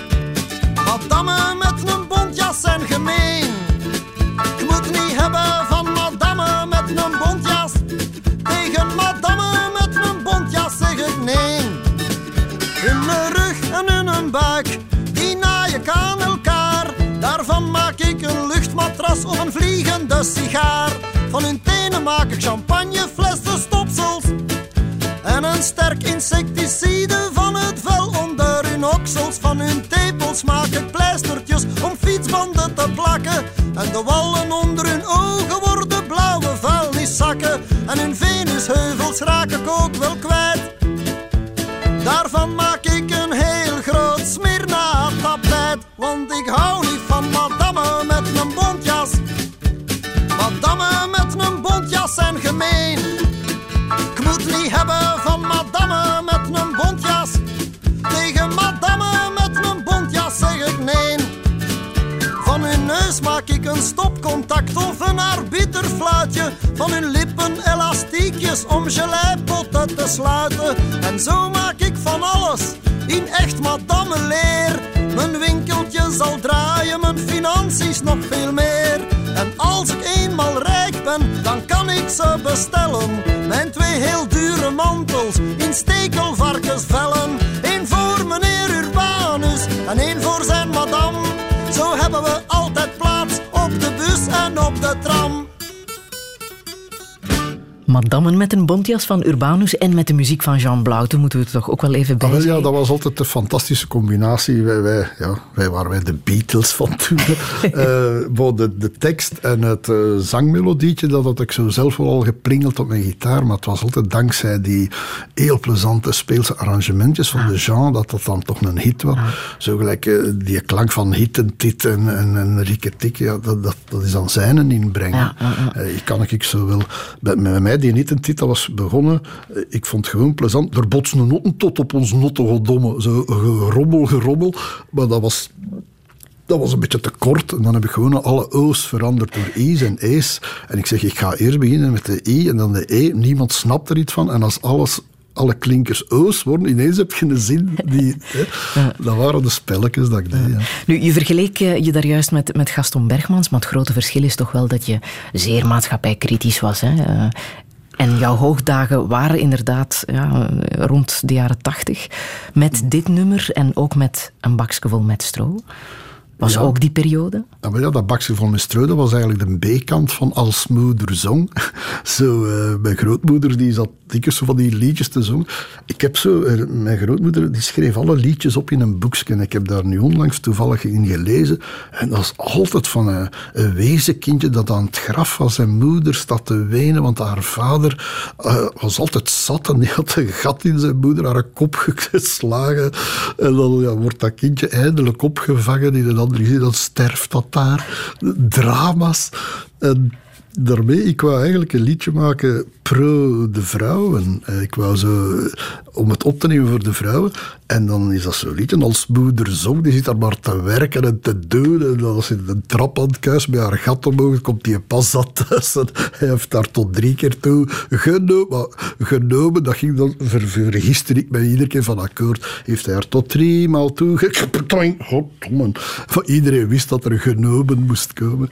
Madammen met een bontjas zijn gemeen. Ik moet niet hebben van madammen met een bontjas. Tegen madammen met een bontjas zeg ik nee. In mijn rug en in hun buik, die naai ik aan elkaar. Daarvan maak ik een luchtmatras of een vliegende sigaar. Van hun tenen maak ik champagneflessen, stopsels en een sterk insecticide van het vel onder hun oksels. Van hun tepels maak ik pleistertjes om fietsbanden te plakken. En de wallen onder hun ogen worden blauwe vuilniszakken. En hun venusheuvels raak ik ook wel kwijt. Daarvan maak ik een heel groot Smyrna-tapijt. Want ik hou niet van madammen met een bontjas. Madammen met een bontjas zijn gemeen. Ik moet niet hebben van madammen met een bontjas. Tegen madammen met een bontjas zeg ik nee. Van hun neus maak ik een stopcontact of een arbiterfluitje. Van hun lippen elastiekjes om geleipotten te sluiten. En zo maak ik van alles in echt madame leer. Mijn winkeltje zal draaien, mijn financiën nog veel meer. En als ik eenmaal rijk ben, dan kan ik ze bestellen. Mijn twee heel dure mantels in stekelvarkensvellen. Eén voor meneer Urbanus en één voor zijn madame. Zo hebben we altijd plaats op de bus en op de tram. Madammen met een bontjas van Urbanus en met de muziek van Jean Blauw. Toen moeten we het toch ook wel even bij ah, zeggen. Ja, dat was altijd een fantastische combinatie. Wij, wij, ja, wij waren wij de Beatles van toen. uh, de, de tekst en het uh, zangmelodietje, dat had ik zo zelf wel al geplingeld op mijn gitaar. Maar het was altijd dankzij die heel plezante speelse arrangementjes van de Jean, dat dat dan toch een hit was. Zo gelijk uh, die klank van hit en tit en, en, en rikketik, ja, dat, dat, dat is dan zijn inbrengen. Ja, ja, ja. Uh, ik kan ik zo wel... Bij, met mij die niet en dit, dat was begonnen. Ik vond het gewoon plezant. Er botsen een noten tot op ons nottige domme. Zo gerommel, gerommel. Maar dat was... Dat was een beetje te kort. En dan heb ik gewoon alle O's veranderd door I's en E's. En ik zeg, ik ga eerst beginnen met de I en dan de E. Niemand snapt er iets van. En als alles... alle klinkers O's worden, ineens heb je een zin die... Hè, ja. Dat waren de spelletjes dat ik deed. Ja. Nu, je vergeleek je daar juist met, met Gaston Bergmans, maar het grote verschil is toch wel dat je zeer maatschappijkritisch was. Hè? Uh, en jouw hoogdagen waren inderdaad ja, rond de jaren tachtig. Met dit nummer en ook met Een bakje vol met stro. Was ja. ook die periode? Ja, maar ja, dat bakje vol met stro, dat was eigenlijk de B-kant van Als moeder zong. Zo, uh, mijn grootmoeder die zat dikwijls zo van die liedjes te zongen. Ik heb zo, uh, mijn grootmoeder die schreef alle liedjes op in een boekje. En ik heb daar nu onlangs toevallig in gelezen. En dat was altijd van een, een wezenkindje dat aan het graf van zijn moeder staat te wenen. Want haar vader uh, was altijd zat en die had een gat in zijn moeder, haar kop geslagen. En dan ja, wordt dat kindje eindelijk opgevangen in een andere zin. Dan sterft dat daar. Drama's. En daarmee, ik wou eigenlijk een liedje maken pro de vrouwen. Ik wou zo, om het op te nemen voor de vrouwen. En dan is dat zo'n liedje als moeder zong, die zit daar maar te werken en te doen. En dan als ze een trap aan het kuis bij haar gat omhoog, komt hij pas dat thuis. En hij heeft daar tot drie keer toe genomen. genomen dat ging dan, ver, vergister ik mij iedere keer van akkoord, heeft hij er tot drie maal toe genomen. Iedereen wist dat er genomen moest komen.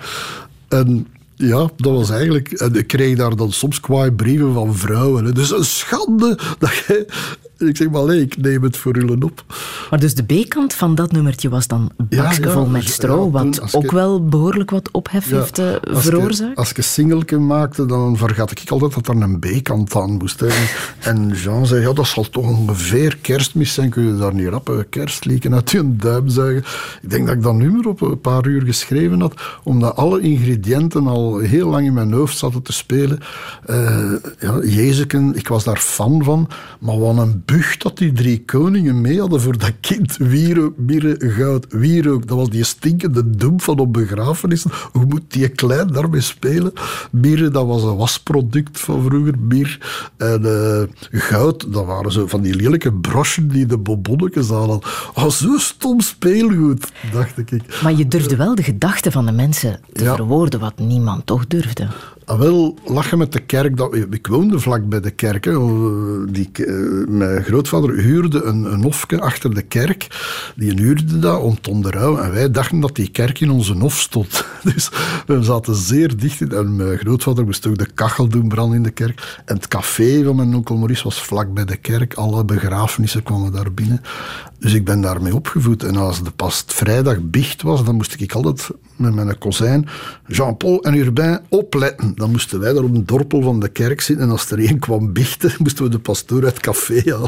En ja, dat was eigenlijk... En ik kreeg daar dan soms kwaai brieven van vrouwen. Hè. Dus een schande dat jij... Ik zeg maar, nee, ik neem het voor jullie op. Maar dus de B-kant van dat nummertje was dan bakje ja, ja, vol met stro, ja, wat ook je, wel behoorlijk wat ophef ja, heeft uh, veroorzaakt? Je, als ik een singeltje maakte, dan vergat ik altijd dat er een B-kant aan moest. Hè. En Jean zei, ja, dat zal toch ongeveer Kerstmis zijn. Kun je daar niet rappen kerstlieken uit je duim zuigen? Ik denk dat ik dat nummer op een paar uur geschreven had, omdat alle ingrediënten al heel lang in mijn hoofd zaten te spelen. Uh, ja, Jezeken, ik was daar fan van, maar wat een gebucht dat die drie koningen mee hadden voor dat kind. Wierook, mirre, goud, wierook. Dat was die stinkende dump van op begrafenissen. Hoe moet die klein daarmee spelen? Mirre, dat was een wasproduct van vroeger. Mir. En uh, goud, dat waren zo van die lelijke brochen die de bonbonnetjes hadden. Oh, zo stom speelgoed, dacht ik. Maar je durfde wel de gedachten van de mensen te ja. verwoorden, wat niemand toch durfde. Ah, wel, lachen met de kerk. Dat, ik woonde vlak bij de kerk. Hè. Die, uh, mijn grootvader huurde een, een hofje achter de kerk. Die huurde dat om te onderhouden. En wij dachten dat die kerk in onze hof stond. Dus we zaten zeer dicht in. En mijn grootvader moest ook de kachel doen branden in de kerk. En het café van mijn onkel Maurice was vlak bij de kerk. Alle begrafenissen kwamen daar binnen. Dus ik ben daarmee opgevoed. En als de pas vrijdag biecht was, dan moest ik altijd met mijn kozijn Jean-Paul en Urbain opletten. Dan moesten wij daar op een dorpel van de kerk zitten. En als er één kwam biechten, moesten we de pastoor uit het café halen.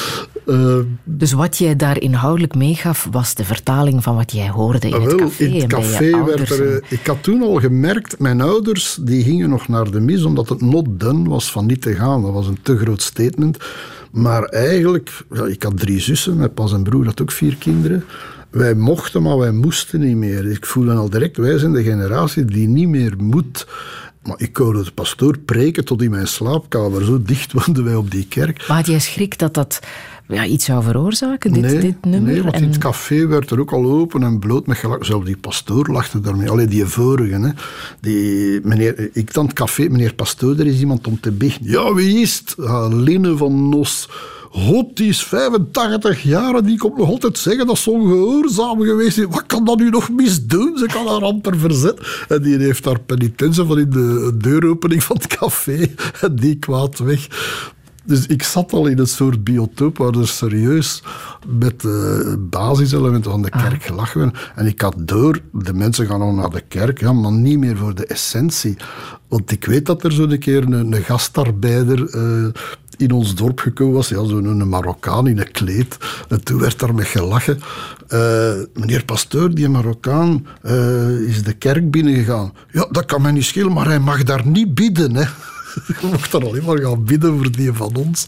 Uh, dus wat jij daar inhoudelijk meegaf, was de vertaling van wat jij hoorde in uh, het wel, café. In het café werd er, ik had toen al gemerkt, mijn ouders die gingen nog naar de mis, omdat het not done was van niet te gaan. Dat was een te groot statement. Maar eigenlijk, ja, ik had drie zussen, mijn pas en broer had ook vier kinderen. Wij mochten, maar wij moesten niet meer. Ik voelde al direct, wij zijn de generatie die niet meer moet. Maar ik hoorde de pastoor preken tot in mijn slaapkamer. Zo dicht woonden wij op die kerk. Maar had jij schrik dat dat ja, iets zou veroorzaken, dit, nee, dit nummer? Nee, want en... in het café werd er ook al open en bloot met gelak. Zelfs die pastoor lachte daarmee. Allee, die vorige. Hè. Die, meneer, ik dan het café, meneer pastoor, er is iemand om te biechten. Ja, wie is het? Ah, Linne van Nos. God, die is vijfentachtig jaar en die komt nog altijd zeggen dat ze ongehoorzaam geweest is. Wat kan dat nu nog misdoen? Ze kan haar amper verzetten. En die heeft haar penitentie van in de deuropening van het café en die kwaad weg. Dus ik zat al in een soort biotoop waar er serieus met de basiselementen van de kerk gelachen werd. En ik had door, de mensen gaan al naar de kerk, ja, maar niet meer voor de essentie. Want ik weet dat er zo'n keer een, een gastarbeider uh, in ons dorp gekomen was, ja, zo'n een Marokkaan in een kleed. En toen werd daarmee gelachen. Uh, meneer pastoor, die Marokkaan uh, is de kerk binnengegaan. Ja, dat kan mij niet schelen, maar hij mag daar niet bidden, hè. Je mocht dan alleen maar gaan bidden voor die van ons.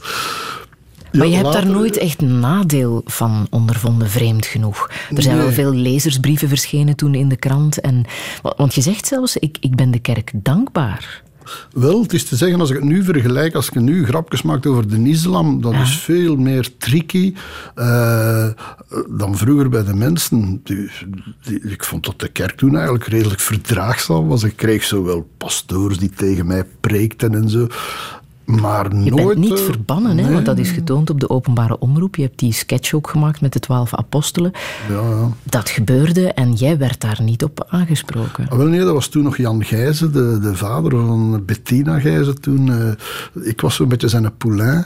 Ja, maar je hebt later... daar nooit echt nadeel van ondervonden, vreemd genoeg. Er zijn nee. wel veel lezersbrieven verschenen toen in de krant. En, want je zegt zelfs, ik, ik ben de kerk dankbaar. Wel, het is te zeggen, als ik het nu vergelijk, als je nu grapjes maakt over de islam, dat ja. is veel meer tricky uh, dan vroeger bij de mensen. Die, die, ik vond dat de kerk toen eigenlijk redelijk verdraagzaam was. Ik kreeg zowel pastoors die tegen mij preekten en zo. Maar je nooit, bent niet verbannen, hè? Nee. Want dat is getoond op de openbare omroep. Je hebt die sketch ook gemaakt met de twaalf apostelen. Ja, ja. Dat gebeurde en jij werd daar niet op aangesproken. Ah, wel nee, dat was toen nog Jan Gijzen, de, de vader van Bettina Gijzen toen. Uh, ik was zo'n beetje zijn poulain.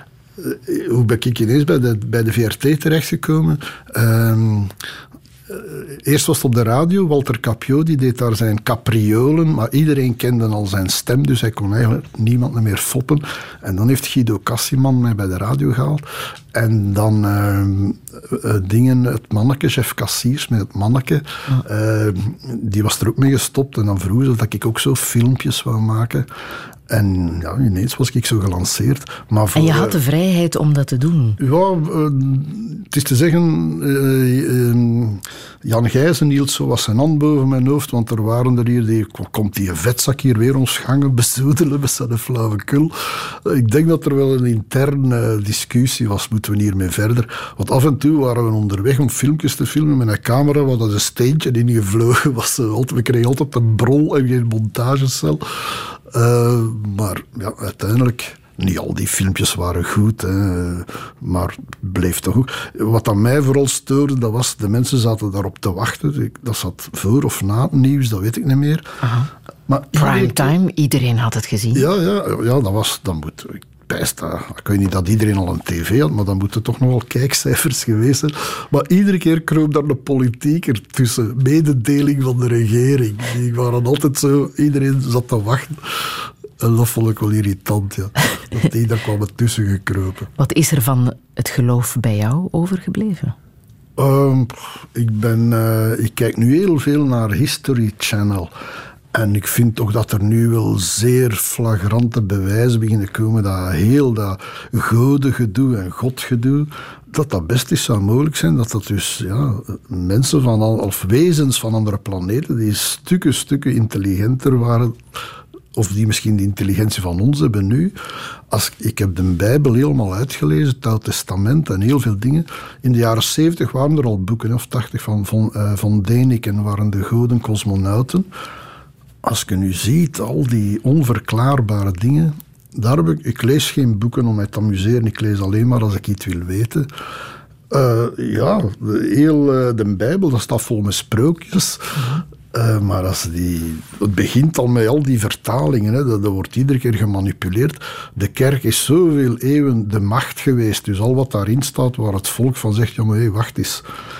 Uh, hoe ben ik ineens bij de, bij de V R T terechtgekomen? Uh, Uh, eerst was het op de radio, Walter Capio, die deed daar zijn capriolen, maar iedereen kende al zijn stem, dus hij kon eigenlijk niemand meer foppen. En dan heeft Guido Cassiman mij bij de radio gehaald. En dan uh, uh, dingen, het manneke, chef Cassiers met het manneke, uh, die was er ook mee gestopt. En dan vroeg ze dat ik ook zo filmpjes wou maken. En ja, ineens was ik zo gelanceerd. Maar voor, en je had de vrijheid om dat te doen? Ja, uh, het is te zeggen... Uh, uh, Jan Gijzen hield zo wat zijn hand boven mijn hoofd, want er waren er hier... Die, komt die vetzak hier weer ons gangen bezoedelen met zijn flauwekul. Ik denk dat er wel een interne discussie was, moeten we hiermee verder. Want af en toe waren we onderweg om filmpjes te filmen met een camera, waar dat een steentje in gevlogen was. We kregen altijd een brol en geen montagecel. Uh, maar ja, uiteindelijk... Niet al die filmpjes waren goed, hè, maar het bleef toch goed. Wat aan mij vooral stoorde, dat was... De mensen zaten daarop te wachten. Dat zat voor of na het nieuws, dat weet ik niet meer. Maar Prime time, iedereen had het gezien. Ja, ja, ja dat was... Dan moet, ik pijst dat. Ik weet niet dat iedereen al een tv had, maar dan moeten toch nog wel kijkcijfers geweest zijn. Maar iedere keer kroop daar de politiek ertussen. Mededeling van de regering. Die waren altijd zo... Iedereen zat te wachten. En dat vond ik wel irritant, ja. Dat die daar kwam tussen gekropen. Wat is er van het geloof bij jou overgebleven? Um, ik, ben, uh, ik kijk nu heel veel naar History Channel. En ik vind toch dat er nu wel zeer flagrante bewijzen beginnen komen dat heel dat godengedoe en godgedoe, dat dat best eens zou mogelijk zijn, dat dat dus ja, mensen van al, of wezens van andere planeten die stukken, stukken intelligenter waren, of die misschien de intelligentie van ons hebben nu. Als, ik heb de Bijbel helemaal uitgelezen, het Oude Testament en heel veel dingen. In de jaren zeventig waren er al boeken, of tachtig, van, van, uh, van Däniken, waren de goden cosmonauten. Als je nu ziet, al die onverklaarbare dingen, daar heb ik, ik lees geen boeken om mij te amuseren, ik lees alleen maar als ik iets wil weten. Uh, ja, de, heel uh, de Bijbel, dat staat vol met sprookjes. Uh, maar als die, het begint al met al die vertalingen, hè, dat, dat wordt iedere keer gemanipuleerd. De kerk is zoveel eeuwen de macht geweest, dus al wat daarin staat, waar het volk van zegt, ja maar hé, wacht eens.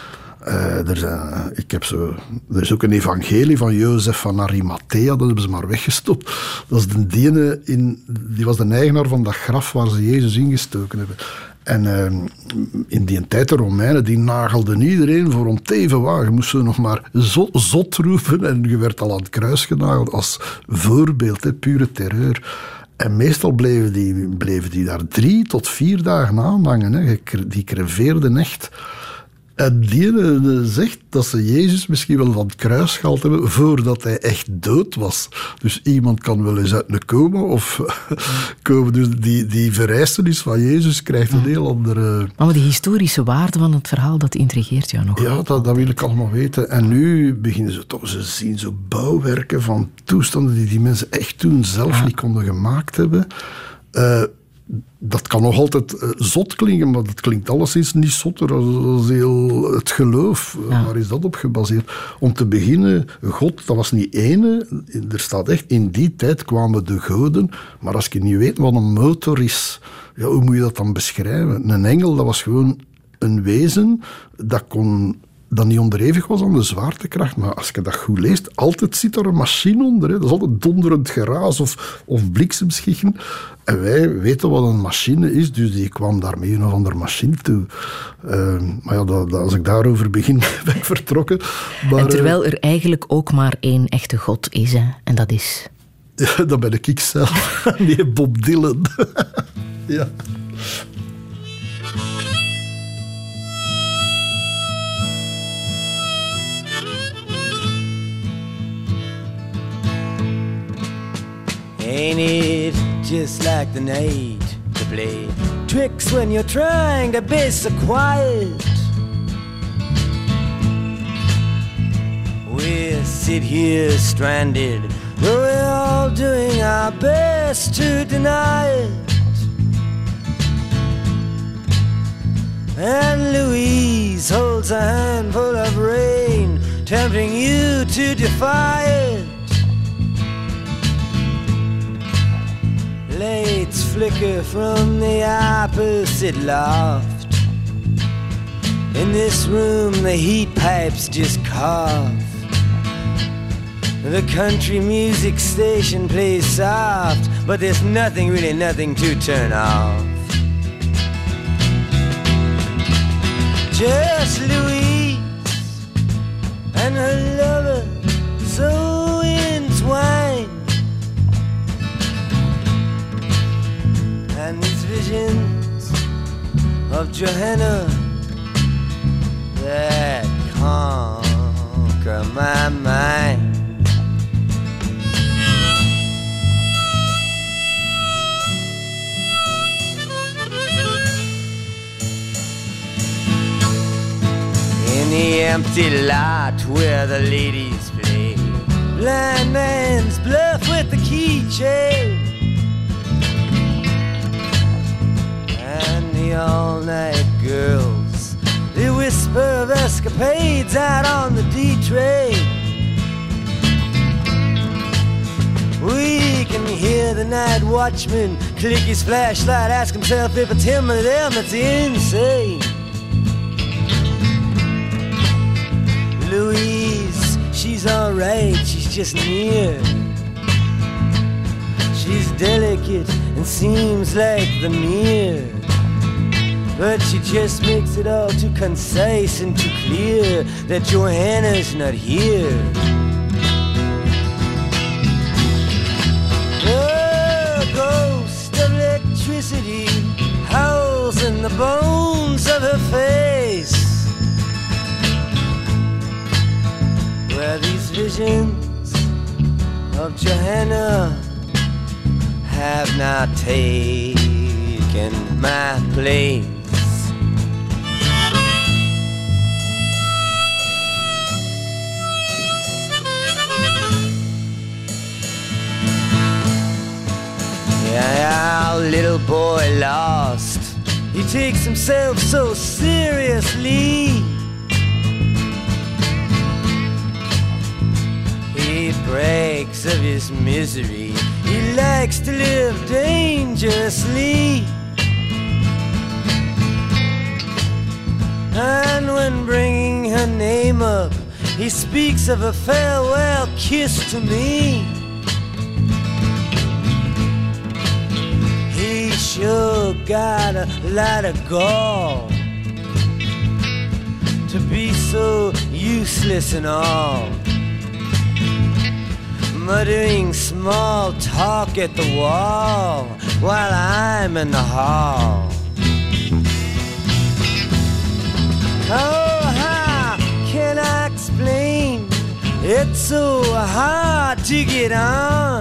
Uh, er, zijn, ik heb zo, er is ook een evangelie van Jozef van Arimathea, dat hebben ze maar weggestopt. Dat is de diene in, die was de eigenaar van dat graf waar ze Jezus ingestoken hebben. En uh, in die tijd de Romeinen, die nagelden iedereen voor om te even waar. Je moest ze nog maar zot, zot roepen en je werd al aan het kruis genageld als voorbeeld, hè, pure terreur. En meestal bleven die, bleven die daar drie tot vier dagen aanhangen. Hè. Die creveerden echt. En die zegt dat ze Jezus misschien wel van het kruis gehaald hebben voordat hij echt dood was. Dus iemand kan wel eens uit een coma of komen. Dus die, die vereistenis van Jezus krijgt een heel andere... Maar die historische waarde van het verhaal, dat intrigeert jou nog? Ja, dat, dat wil ik allemaal weten. En nu beginnen ze toch, ze zien zo bouwwerken van toestanden die die mensen echt toen zelf ja. niet konden gemaakt hebben. Uh, Dat kan nog altijd uh, zot klinken, maar dat klinkt alleszins niet zotter. Dat is heel het geloof. Ja. Waar is dat op gebaseerd? Om te beginnen, God, dat was niet ene. Er staat echt, in die tijd kwamen de goden. Maar als je niet weet wat een motor is, ja, hoe moet je dat dan beschrijven? Een engel, dat was gewoon een wezen dat kon... dat niet onderhevig was aan de zwaartekracht. Maar als je dat goed leest, altijd zit er een machine onder. Hè. Dat is altijd donderend geraas of, of bliksemschichten. En wij weten wat een machine is, dus die kwam daarmee een of andere machine toe. Uh, maar ja, dat, dat, als ik daarover begin, ben ik vertrokken. Maar, en terwijl er eigenlijk ook maar één echte God is, hè, en dat is... Ja, dat ben ik zelf. Nee, Bob Dylan. Ja. Ain't it just like the night to play tricks when you're trying to be so quiet? We sit here stranded, though we're all doing our best to deny it. And Louise holds a handful of rain, tempting you to defy it. Lights flicker from the opposite loft. In this room the heat pipes just cough. The country music station plays soft, but there's nothing, really nothing to turn off. Just Louise and her lover so entwined. And these visions of Johanna that conquer my mind. In the empty lot where the ladies play blind man's bluff with the keychain. All-night girls, they whisper of escapades out on the D-train. We can hear the night watchman click his flashlight, ask himself if it's him or them that's insane. Louise, she's alright, she's just near. She's delicate and seems like the mirror, but she just makes it all too concise and too clear that Johanna's not here. electricity, holes in the bones of her face, where these visions of Johanna have not taken my place. Yeah, our little boy lost. He takes himself so seriously. He brags of his misery. He likes to live dangerously. And when bringing her name up, he speaks of a farewell kiss to me. He sure got a lot of gall to be so useless and all, muttering small talk at the wall while I'm in the hall. Oh, how can I explain? It's so hard to get on.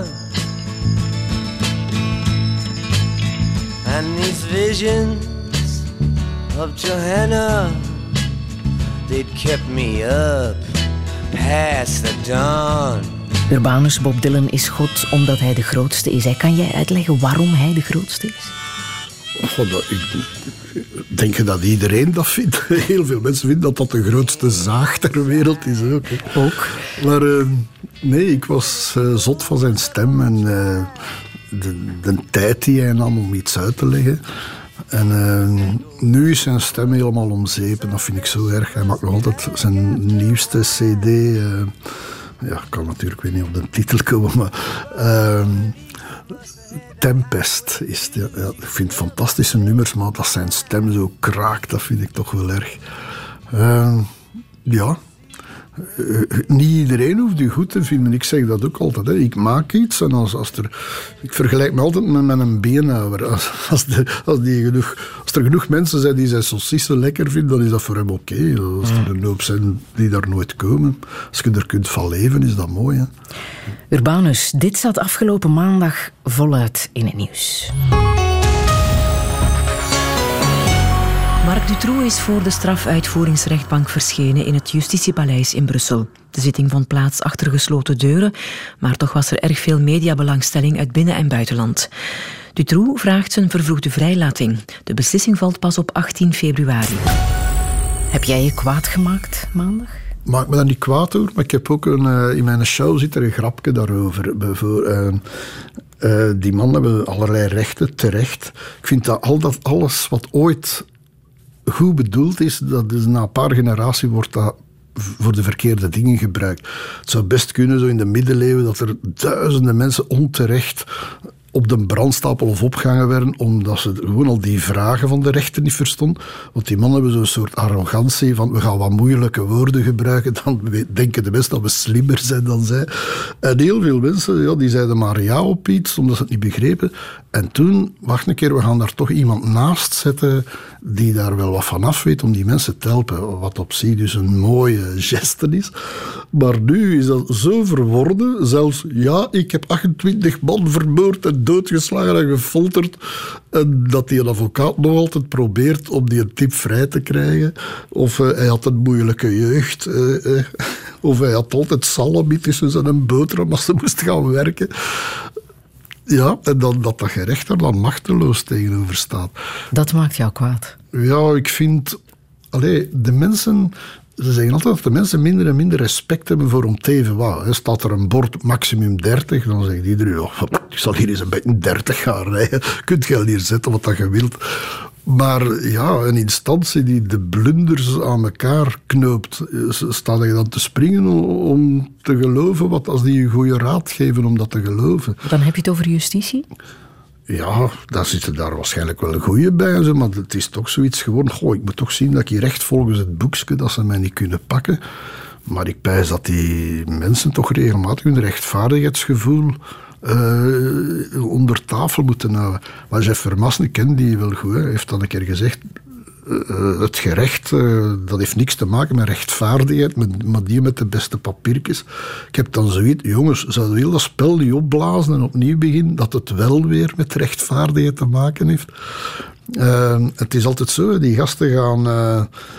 And these visions of Johanna, they'd kept me up past the dawn. Urbanus Bob Dylan is God omdat hij de grootste is. Kan jij uitleggen waarom hij de grootste is? Oh, dat, ik, denk je dat iedereen dat vindt? Heel veel mensen vinden dat dat de grootste zaag ter wereld is. Ook. ook. Maar uh, nee, ik was uh, zot van zijn stem en uh, de, de tijd die hij nam om iets uit te leggen. En uh, nu is zijn stem helemaal omzeep. Dat vind ik zo erg. Hij maakt nog altijd zijn nieuwste cd. Uh, ja, ik kan natuurlijk weer niet op de titel komen, maar... Uh, Tempest is het, ja, ik vind fantastische nummers, maar dat zijn stem zo kraakt, dat vind ik toch wel erg. Uh, ja, uh, niet iedereen hoeft u goed te vinden. Ik zeg dat ook altijd. Hè. Ik maak iets en als, als er... Ik vergelijk me altijd met, met een beenhouwer. Als, als, de, als, die genoeg, als er genoeg mensen zijn die zijn saucissen lekker vinden, dan is dat voor hem oké. Okay. Als er een hoop zijn die daar nooit komen. Als je er kunt van leven, is dat mooi. Hè. Urbanus, dit zat afgelopen maandag voluit in het nieuws. Marc Dutroux is voor de strafuitvoeringsrechtbank verschenen in het Justitiepaleis in Brussel. De zitting vond plaats achter gesloten deuren, maar toch was er erg veel mediabelangstelling uit binnen- en buitenland. Dutroux vraagt zijn vervroegde vrijlating. De beslissing valt pas op achttien februari. Heb jij je kwaad gemaakt maandag? Maak me dat niet kwaad hoor, maar ik heb ook een, uh, in mijn show zit er een grapje daarover. Voor, uh, uh, die mannen hebben allerlei rechten, terecht. Ik vind dat, al dat alles wat ooit goed bedoeld is, dat is na een paar generaties wordt dat voor de verkeerde dingen gebruikt. Het zou best kunnen, zo in de middeleeuwen, dat er duizenden mensen onterecht op de brandstapel of opgehangen werden, omdat ze gewoon al die vragen van de rechter niet verstonden. Want die mannen hebben zo'n soort arrogantie van we gaan wat moeilijke woorden gebruiken, dan denken de mensen dat we slimmer zijn dan zij. En heel veel mensen, ja, die zeiden maar ja op iets, omdat ze het niet begrepen. En toen, wacht een keer, we gaan daar toch iemand naast zetten die daar wel wat van af weet om die mensen te helpen. Wat op zich dus een mooie geste is. Maar nu is dat zo verworden, zelfs ja, ik heb achtentwintig man vermoord en doodgeslagen en gefolterd. En dat die een advocaat nog altijd probeert om die een tip vrij te krijgen. Of uh, hij had een moeilijke jeugd. Uh, uh, of hij had altijd salami tussen zijn boterham als ze moest gaan werken. Ja, en dan, dat dat gerecht er dan machteloos tegenover staat. Dat maakt jou kwaad? Ja, ik vind... Allee, de mensen... Ze zeggen altijd dat de mensen minder en minder respect hebben voor om te even wat. Staat er een bord maximum dertig, dan zegt iedereen... Oh, ik zal hier eens een beetje dertig gaan rijden. Kunt je al hier zetten wat dat je wilt. Maar ja, een instantie die de blunders aan elkaar knoopt, staat je dan te springen om te geloven? Wat als die je goede raad geven om dat te geloven? Dan heb je het over justitie? Ja, daar zitten daar waarschijnlijk wel een goeie bij, zo, maar het is toch zoiets gewoon... Goh, ik moet toch zien dat ik hier recht volgens het boekje, dat ze mij niet kunnen pakken. Maar ik pijs dat die mensen toch regelmatig hun rechtvaardigheidsgevoel uh, onder tafel moeten houden. Maar Jeff Vermassen, ik ken die wel goed, hè, heeft dan een keer gezegd, uh, het gerecht, uh, dat heeft niks te maken met rechtvaardigheid, met, maar die met de beste papiertjes. Ik heb dan zoiets, jongens, zouden we heel dat spel niet opblazen en opnieuw beginnen, dat het wel weer met rechtvaardigheid te maken heeft. Uh, het is altijd zo, die gasten gaan... Uh,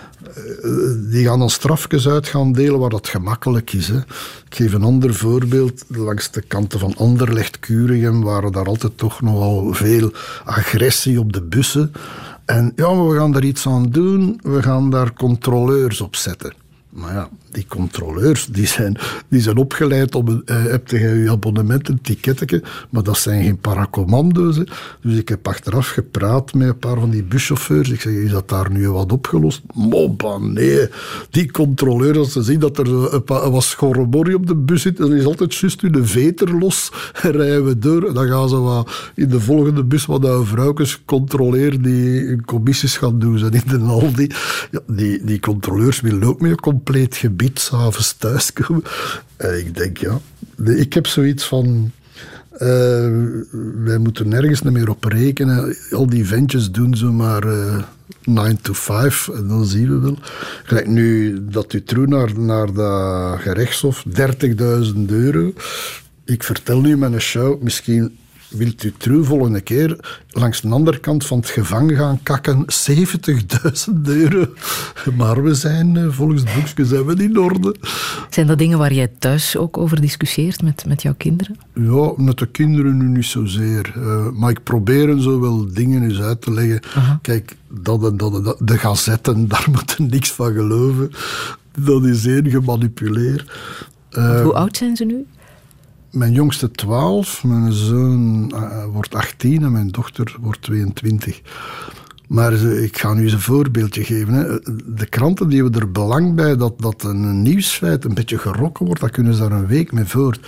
die gaan dan strafjes uit gaan delen waar dat gemakkelijk is. Hè. Ik geef een ander voorbeeld. Langs de kanten van Anderlecht, Kuregem waren daar altijd toch nogal veel agressie op de bussen. En ja, maar we gaan daar iets aan doen. We gaan daar controleurs op zetten. Maar ja, die controleurs die zijn, die zijn opgeleid om een, eh, heb je je abonnement, een ticketje, maar dat zijn geen paracommando's. Hè. Dus ik heb achteraf gepraat met een paar van die buschauffeurs. Ik zeg, is dat daar nu wat opgelost? Moppa, nee. Die controleurs, als ze zien dat er een, een wat schorreborrie op de bus zit, dan is altijd juist hun veter los en rijden we door. En dan gaan ze wat in de volgende bus wat oude vrouwtjes controleren die hun commissies gaan doen. En in de Aldi, ja, die, die controleurs willen ook meer compleet gebied s'avonds thuiskomen. En ik denk, ja, ik heb zoiets van... Uh, wij moeten nergens meer op rekenen. Al die ventjes doen zomaar uh, nine to five en dan zien we wel. Gelijk nu dat u terug naar, naar dat gerechtshof, dertigduizend euro. Ik vertel nu met een show, misschien... wilt u terug volgende keer langs de andere kant van het gevangen gaan kakken, zeventigduizend euro. Maar we zijn, volgens het boekje, zijn we in orde. Zijn dat dingen waar jij thuis ook over discussieert met, met jouw kinderen? Ja, met de kinderen nu niet zozeer. Uh, maar ik probeer hen zo wel dingen eens uit te leggen. Aha. Kijk, dat, dat, dat, de gazetten, daar moeten niks van geloven. Dat is één gemanipuleerd. Uh, Hoe oud zijn ze nu? Mijn jongste twaalf, mijn zoon uh, wordt achttien en mijn dochter wordt tweeëntwintig. Maar uh, ik ga nu eens een voorbeeldje geven. Hè. De kranten die hebben er belang bij dat, dat een nieuwsfeit een beetje gerokken wordt, dan kunnen ze daar een week mee voort.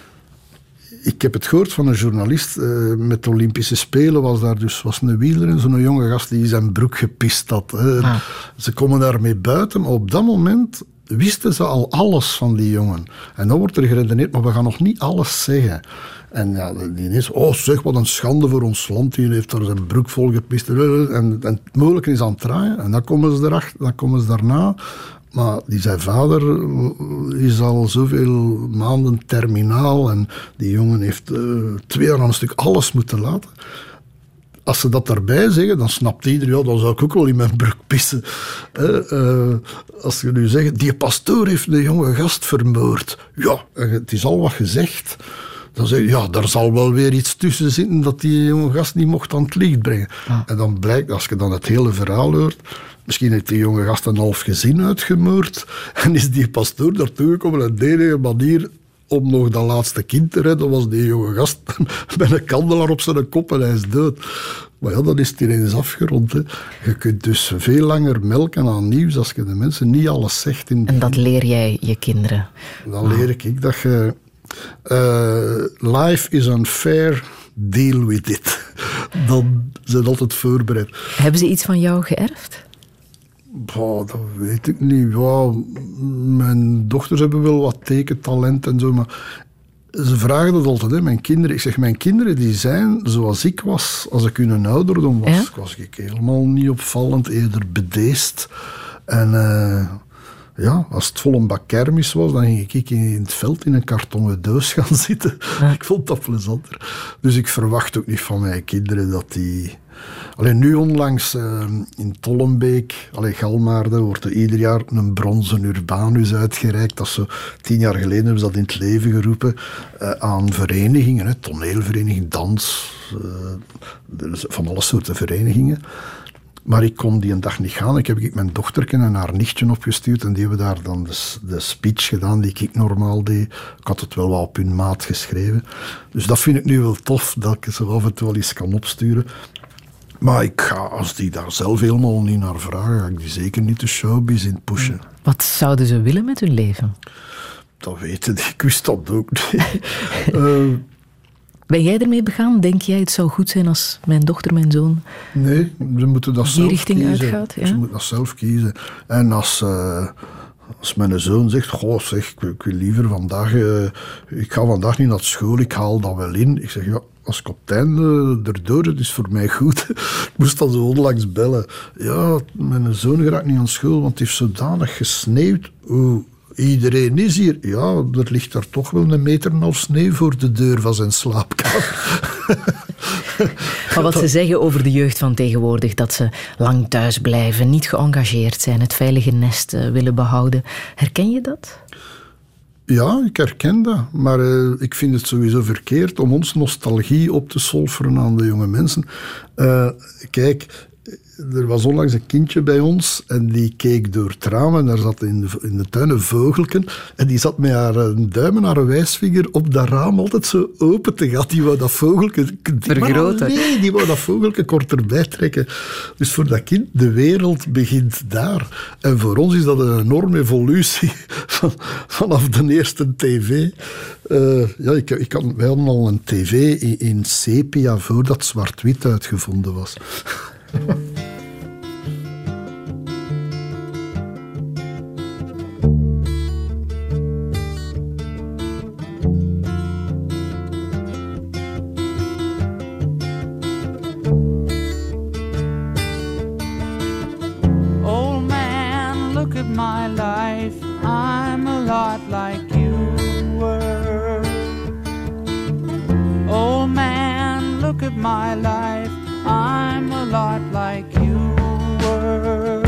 Ik heb het gehoord van een journalist, uh, met de Olympische Spelen was daar dus was een wieler en zo'n jonge gast die zijn broek gepist had. Hè. Ah. Ze komen daarmee buiten, maar op dat moment... wisten ze al alles van die jongen. En dan wordt er geredeneerd, maar we gaan nog niet alles zeggen. En ja, die is, oh zeg, wat een schande voor ons land. Die heeft daar zijn broek vol gepist. En, en het mogelijke is aan het draaien. En dan komen ze erachter, dan komen ze daarna. Maar die zijn vader is al zoveel maanden terminaal. En die jongen heeft uh, twee jaar aan een stuk alles moeten laten. Als ze dat daarbij zeggen, dan snapt iedereen, ja, dan zou ik ook wel in mijn broek pissen. Eh, uh, als je nu zegt, die pastoor heeft een jonge gast vermoord. Ja, het is al wat gezegd. Dan zeg je, ja, daar zal wel weer iets tussen zitten dat die jonge gast niet mocht aan het licht brengen. Ah. En dan blijkt, als je dan het hele verhaal hoort, misschien heeft die jonge gast een half gezin uitgemoord en is die pastoor daartoe gekomen en de enige manier om nog dat laatste kind te redden, was die jonge gast met een kandelaar op zijn kop en hij is dood. Maar ja, dat is het ineens afgerond. Hè. Je kunt dus veel langer melken aan nieuws als je de mensen niet alles zegt. In en dat leer jij je kinderen? Dan leer ik, ik dat je... Uh, life is unfair, deal with it. Dan zijn ze altijd voorbereid. Hebben ze iets van jou geërfd? Boah, dat weet ik niet. Ja, mijn dochters hebben wel wat tekentalent en zo, maar ze vragen dat altijd, hè. Mijn kinderen, ik zeg, mijn kinderen die zijn zoals ik was als ik hun ouderdom was. Ja? Was ik helemaal niet opvallend, eerder bedeesd. En uh, ja, als het vol een bak kermis was, dan ging ik in het veld in een kartonnen doos gaan zitten. Ja. Ik vond dat plezanter. Dus ik verwacht ook niet van mijn kinderen dat die... Alleen nu onlangs uh, in Tollenbeek, allee, Galmaarden, wordt er ieder jaar een bronzen Urbanus uitgereikt. Dat is zo, tien jaar geleden hebben ze dat in het leven geroepen uh, aan verenigingen, hè, toneelvereniging, dans, uh, van alle soorten verenigingen. Maar ik kon die een dag niet gaan. Ik heb ik mijn dochterke en haar nichtje opgestuurd en die hebben daar dan de, de speech gedaan die ik normaal deed. Ik had het wel wat op hun maat geschreven. Dus dat vind ik nu wel tof, dat ik ze af en toe wel eens kan opsturen. Maar ik ga, als die daar zelf helemaal niet naar vragen, ga ik die zeker niet de showbiz in pushen. Wat zouden ze willen met hun leven? Dat weten die, ik wist dat ook niet. uh, Ben jij ermee begaan? Denk jij het zou goed zijn als mijn dochter, mijn zoon... Nee, ze moeten dat die zelf richting kiezen. Uitgaat, ja? Ze moeten dat zelf kiezen. En als... Uh, Als mijn zoon zegt, goh, zeg, ik, ik wil liever vandaag... Uh, ik ga vandaag niet naar school, ik haal dat wel in. Ik zeg, ja, als ik op het einde erdoor, het is voor mij goed. Ik moest dan zo onlangs bellen. Ja, mijn zoon gaat niet aan school, want het heeft zodanig gesneeuwd. Oeh, iedereen is hier. Ja, er ligt daar toch wel een meter en een half sneeuw voor de deur van zijn slaapkamer. Maar wat ze zeggen over de jeugd van tegenwoordig, dat ze lang thuis blijven, niet geëngageerd zijn, het veilige nest uh, willen behouden. Herken je dat? Ja, ik herken dat. Maar uh, ik vind het sowieso verkeerd om ons nostalgie op te solferen aan de jonge mensen. Uh, kijk... Er was onlangs een kindje bij ons en die keek door het raam en daar zat in de, in de tuin een vogelken en die zat met haar een duim en haar wijsvinger op dat raam altijd zo open te gaan. Die wou dat vogelken... Vergroten. Nee, die wou dat vogelken korter bijtrekken. Dus voor dat kind, de wereld begint daar. En voor ons is dat een enorme evolutie van, vanaf de eerste tv. Uh, ja, ik, ik had, wij hadden al een tv in, in sepia voordat zwart-wit uitgevonden was. Old man, look at my life. I'm a lot like you were. Old man, look at my life. I'm a lot like you were.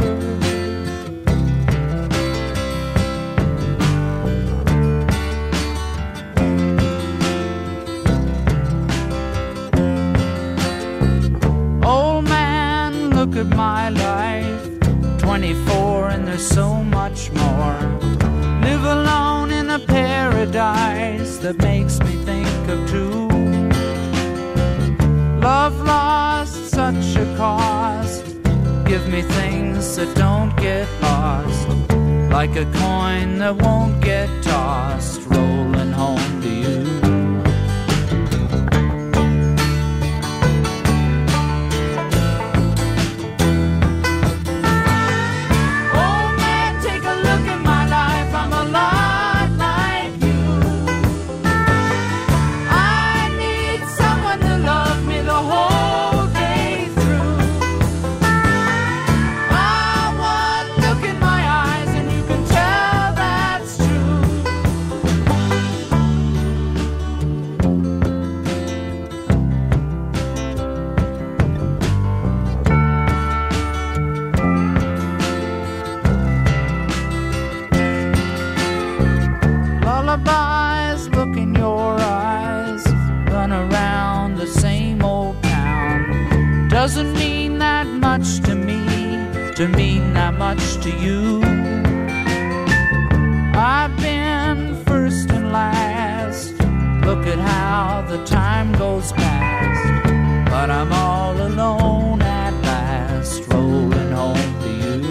Old man, look at my life. twenty-four and there's so much more. Live alone in a paradise that makes me think of two. Love lost, such a cost. Give me things that don't get lost. Like a coin that won't get tossed, rolling home to you. Lullabies, look in your eyes. Run around the same old town. Doesn't mean that much to me, to mean that much to you. I've been first and last. Look at how the time goes past. But I'm all alone at last, rolling home to you.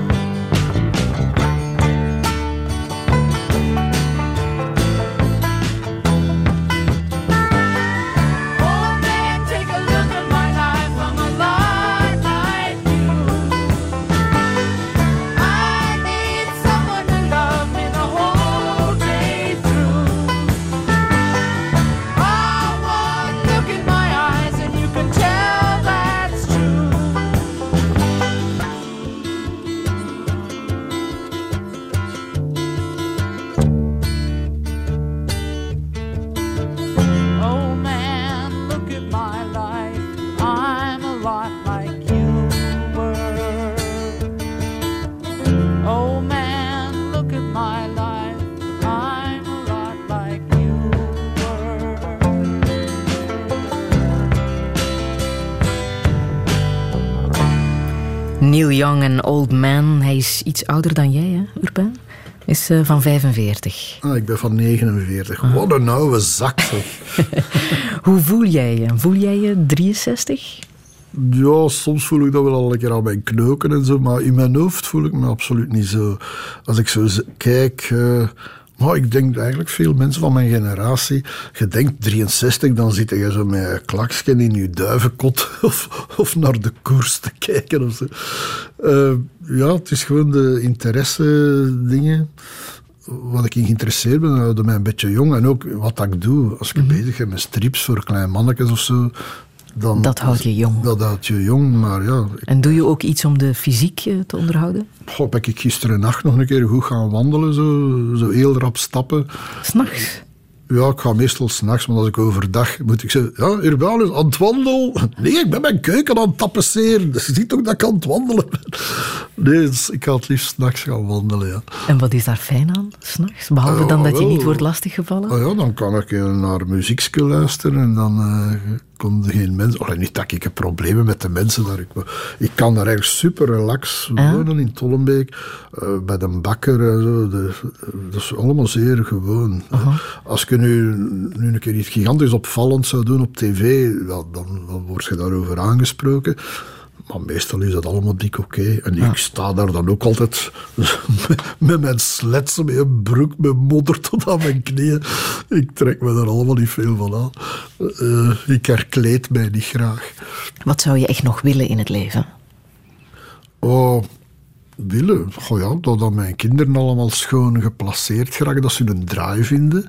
Neil Young en Old Man. Hij is iets ouder dan jij, hè, Urbain? Is uh, van vijfenveertig. Ah, ik ben van negenenveertig. Ah. Wat een oude zak, zeg. Hoe voel jij je? Voel jij je drieënzestig? Ja, soms voel ik dat wel al een keer aan mijn knoken en zo, maar in mijn hoofd voel ik me absoluut niet zo. Als ik zo kijk uh, Maar ik denk eigenlijk veel mensen van mijn generatie, je denkt drieënzestig, dan zit je zo met een klaksken in je duivenkot of, of naar de koers te kijken. Of zo. Uh, ja, het is gewoon de interesse dingen. Wat ik in geïnteresseerd ben, houden mij een beetje jong. En ook wat ik doe, als ik mm-hmm. bezig ben met strips voor kleine mannetjes of zo. Dan, dat houdt je jong. Dat houdt je jong, maar ja. Ik... En doe je ook iets om de fysiek te onderhouden? Goh, ben ik gisteren nacht nog een keer goed gaan wandelen, zo, zo heel rap stappen. 'S Nachts? Ja, ik ga meestal 's nachts, maar als ik overdag moet ik zeggen, ja, Urbanus, aan het wandelen. Nee, ik ben mijn keuken aan het tapisseren. Dus je ziet toch dat ik aan het wandelen ben. Nee, dus ik ga het liefst 's nachts gaan wandelen, ja. En wat is daar fijn aan, 's nachts? Behalve uh, dan dat wel, je niet wordt lastiggevallen? Uh, ja, dan kan ik naar muziekje luisteren en dan uh, komt er geen mensen. Alleen niet dat ik heb problemen met de mensen daar. Ik, ik kan daar eigenlijk super relax wonen uh? in Tollenbeek, uh, bij de bakker en zo. De, dat is allemaal zeer gewoon. Uh-huh. Als ik nu, nu een keer iets gigantisch opvallend zou doen op tv, dan, dan, dan word je daarover aangesproken. Maar meestal is dat allemaal dik oké. Okay. En ja. ik sta daar dan ook altijd met mijn sletsen, met een broek, met modder tot aan mijn knieën. Ik trek me daar allemaal niet veel van aan. Uh, ik herkleed mij niet graag. Wat zou je echt nog willen in het leven? Oh, willen? Goh ja, dat, dat mijn kinderen allemaal schoon geplaceerd geraken, dat ze hun draai vinden.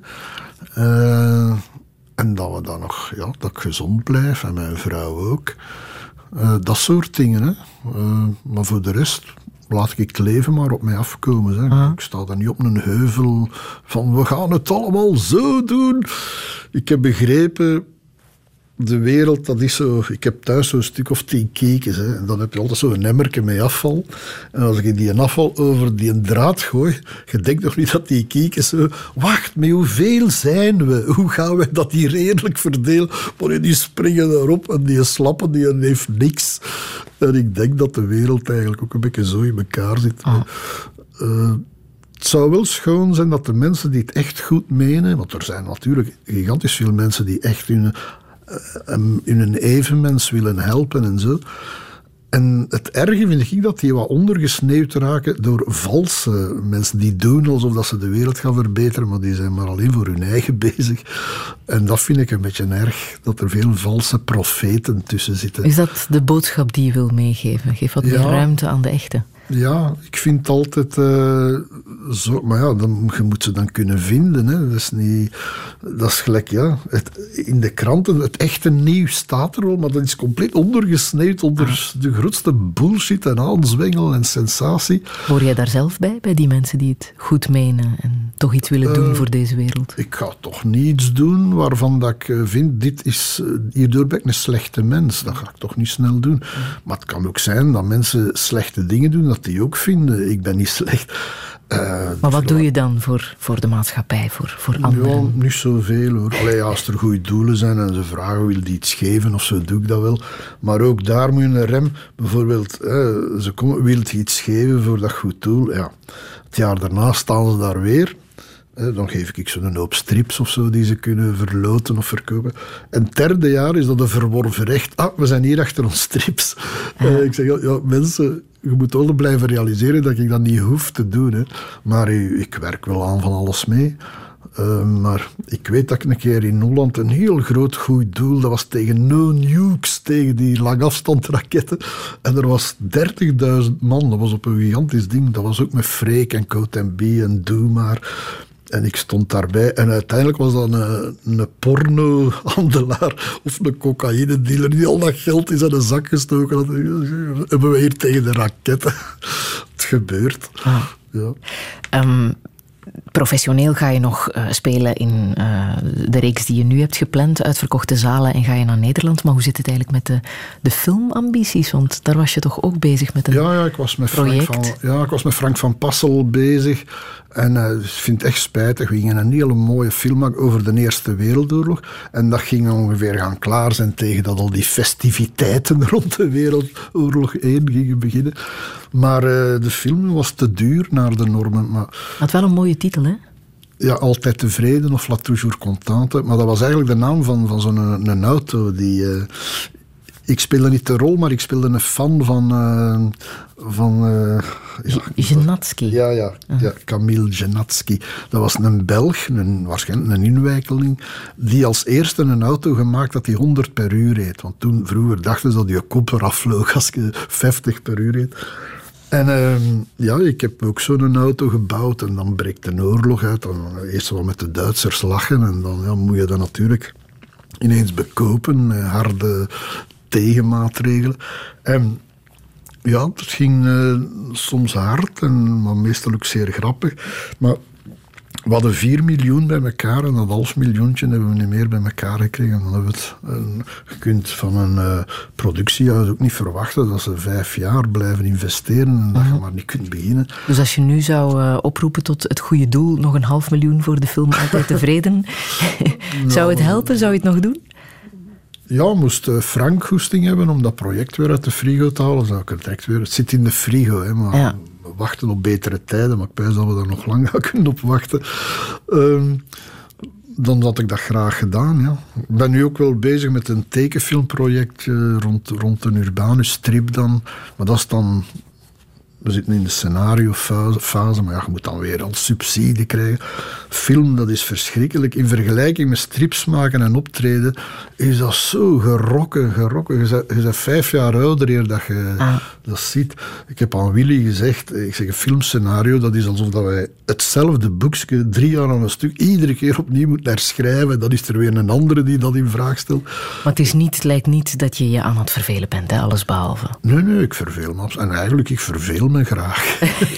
Uh, en dat we dan nog, ja, dat ik gezond blijf en mijn vrouw ook. Uh, dat soort dingen. Hè. Uh, maar voor de rest laat ik het leven maar op mij afkomen. Hè. Uh-huh. Ik sta dan niet op een heuvel van we gaan het allemaal zo doen. Ik heb begrepen, de wereld, dat is zo. Ik heb thuis zo'n stuk of tien keekjes. Hè. En dan heb je altijd zo'n emmerke met afval. En als ik die afval over die draad gooi, je denkt nog niet dat die keekjes zo. Wacht, met hoeveel zijn we? Hoe gaan we dat hier redelijk verdelen? Maar die springen erop en die slappen, die heeft niks. En ik denk dat de wereld eigenlijk ook een beetje zo in elkaar zit. Ah. Uh, Het zou wel schoon zijn dat de mensen die het echt goed menen, want er zijn natuurlijk gigantisch veel mensen die echt hun, hun evenmens willen helpen en zo. En het erge vind ik dat die wat ondergesneeuwd raken door valse mensen die doen alsof dat ze de wereld gaan verbeteren, maar die zijn maar alleen voor hun eigen bezig. En dat vind ik een beetje erg, dat er veel valse profeten tussen zitten. Is dat de boodschap die je wil meegeven? Geef wat meer ja. ruimte aan de echte. Ja, ik vind altijd uh, zo... Maar ja, dan, je moet ze dan kunnen vinden. Hè. Dat is niet... Dat is gelijk, ja... Het, in de kranten, het echte nieuws staat er wel, maar dat is compleet ondergesneeuwd onder de grootste bullshit en aanzwengel en sensatie. Hoor jij daar zelf bij, bij die mensen die het goed menen en toch iets willen doen uh, voor deze wereld? Ik ga toch niets doen waarvan dat ik vind, dit is... Hierdoor ben ik een slechte mens. Dat ga ik toch niet snel doen. Maar het kan ook zijn dat mensen slechte dingen doen, dat die ook vinden, ik ben niet slecht. Uh, maar wat doe je dan voor, voor de maatschappij, voor, voor anderen? Ja, niet zoveel hoor. Allee, als er goede doelen zijn en ze vragen, wil die iets geven of zo, doe ik dat wel. Maar ook daar moet je een rem, bijvoorbeeld, eh, ze komen, wil je iets geven voor dat goed doel? Ja. Het jaar daarna staan ze daar weer. Eh, dan geef ik zo'n hoop strips of zo die ze kunnen verloten of verkopen. En het derde jaar is dat een verworven recht. Ah, we zijn hier achter ons strips. Ja. Uh, ik zeg, ja, ja, mensen, je moet wel blijven realiseren dat ik dat niet hoef te doen. Hè. Maar ik werk wel aan van alles mee. Uh, maar ik weet dat ik een keer in Holland een heel groot goed doel, dat was tegen no nukes, tegen die langafstandsraketten. En er was dertigduizend man, dat was op een gigantisch ding. Dat was ook met Freek en Coat and B en Doe Maar. En ik stond daarbij en uiteindelijk was dat een, een pornohandelaar of een cocaïne-dealer die al dat geld in zijn zak gestoken had. Hebben we hier tegen de raketten. Het gebeurt. Ah. Ja. Um, professioneel ga je nog uh, spelen in uh, de reeks die je nu hebt gepland, uitverkochte zalen, en ga je naar Nederland. Maar hoe zit het eigenlijk met de, de filmambities? Want daar was je toch ook bezig met een ja, ja, ik was met project? Frank van, ja, ik was met Frank van Passel bezig. En uh, ik vind het echt spijtig. We gingen een hele mooie film maken over de Eerste Wereldoorlog. En dat ging ongeveer gaan klaar zijn tegen dat al die festiviteiten rond de Wereldoorlog één gingen beginnen. Maar uh, de film was te duur naar de normen. Maar had wel een mooie titel, hè? Ja, Altijd Tevreden of La Toujours Contente. Maar dat was eigenlijk de naam van, van zo'n een, een auto die... Uh, ik speelde niet de rol, maar ik speelde een fan van... Uh, van uh, ja, Genatsky. Ja, ja, ja, Camille Genatsky. Dat was een Belg, een, waarschijnlijk een inwijkeling, die als eerste een auto gemaakt had die honderd per uur reed. Want toen, vroeger, dachten ze dat je kop eraf vloog als je vijftig per uur reed. En uh, ja, ik heb ook zo'n auto gebouwd en dan breekt een oorlog uit. Dan eerst wel met de Duitsers lachen en dan ja, moet je dat natuurlijk ineens bekopen met harde tegenmaatregelen. En ja, het ging uh, soms hard, en, maar meestal ook zeer grappig. Maar we hadden vier miljoen bij elkaar en dat half miljoentje hebben we niet meer bij elkaar gekregen. Dan hebben we het, uh, je kunt van een uh, productiehuis ook niet verwachten dat ze vijf jaar blijven investeren en dat je maar niet kunt beginnen. Dus als je nu zou uh, oproepen tot het goede doel, nog een half miljoen voor de film Altijd Tevreden, zou het helpen? Zou je het nog doen? Ja, moest Frank goesting hebben om dat project weer uit de frigo te halen, zou ik er direct weer... Het zit in de frigo, hè, maar ja. we wachten op betere tijden, maar ik weet dat we daar nog lang gaan kunnen op wachten. Um, dan had ik dat graag gedaan, ja. Ik ben nu ook wel bezig met een tekenfilmproject uh, rond, rond een Urbanus-strip dan, maar dat is dan... We zitten in de scenario-fase, maar ja, je moet dan weer al subsidie krijgen. Film, dat is verschrikkelijk. In vergelijking met strips maken en optreden, is dat zo gerokken, gerokken. Je bent, je bent vijf jaar ouder eer dat je ah. dat ziet. Ik heb aan Willy gezegd, ik zeg, een filmscenario, dat is alsof dat wij hetzelfde boekje drie jaar aan een stuk iedere keer opnieuw moeten herschrijven. Dat is er weer een andere die dat in vraag stelt. Maar het, is niet, het lijkt niet dat je je aan het vervelen bent, hè? Alles behalve. Nee, nee, ik verveel me. En eigenlijk, ik verveel me graag.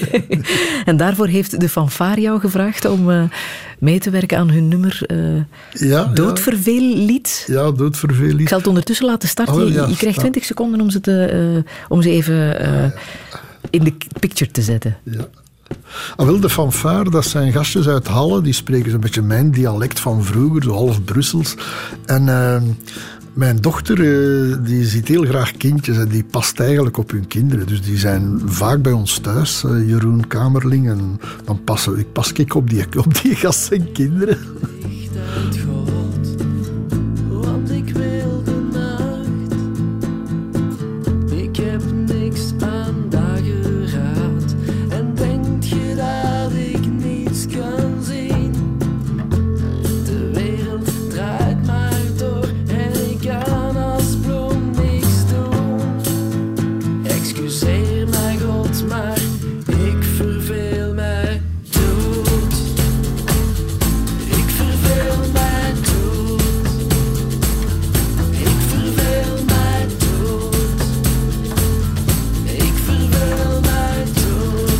En daarvoor heeft de fanfare jou gevraagd om uh, mee te werken aan hun nummer uh, ja, Doodverveellied. Ja, Doodverveellied. Ik zal het ondertussen laten starten. Oh, ja, je, je krijgt twintig seconden om ze, te, uh, om ze even uh, in de picture te zetten. Ja. Ah, wel, de fanfare, dat zijn gastjes uit Halle, die spreken zo'n beetje mijn dialect van vroeger, zo half Brussels. En... Uh, Mijn dochter uh, die ziet heel graag kindjes en die past eigenlijk op hun kinderen. Dus die zijn vaak bij ons thuis, uh, Jeroen Kamerling. En dan passen, ik pas ik op die, op die gast en kinderen. Want ik wil de nacht. Ik heb niks aan dageraad. En denk je dat ik niets kan zien? De wereld draait maar door. Kan als bloem niks doen. Excuseer mij God, maar ik verveel mij dood. Ik verveel mij dood. Ik verveel mij dood. Ik verveel mij dood.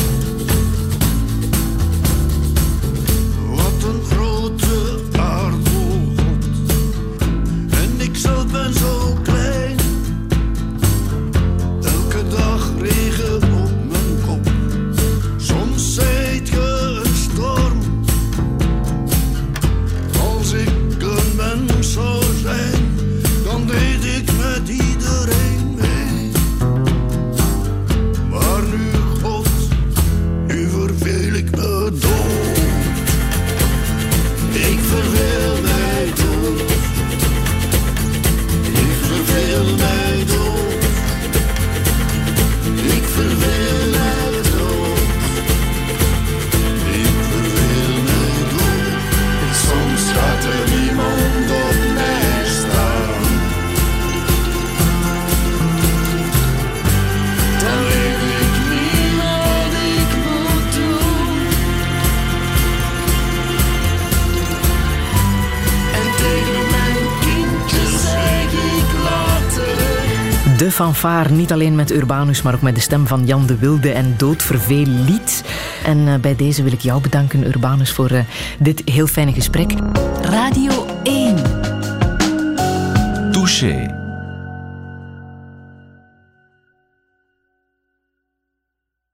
Wat een grote aardbol. Ik zelf ben zo klein. Elke dag regen op mijn kop. Soms zijt je een storm. Als ik een mens zou zijn, dan deed ik met iedereen mee. Maar nu, God, nu verveel ik me dood. Ik verveel mij dood. Ik verveel mij dood. Ik verveel mij dood. Ik verveel mij dood. Soms gaat er iemand op mij staan. Dan weet ik niet wat ik moet doen. En tegen mijn kindjes zeg ik later. De fanfare, niet alleen met Urbanus, maar ook met de stem van Jan de Wilde en Doodverveellied. En uh, bij deze wil ik jou bedanken, Urbanus, voor uh, dit heel fijne gesprek. Radio één. Touché.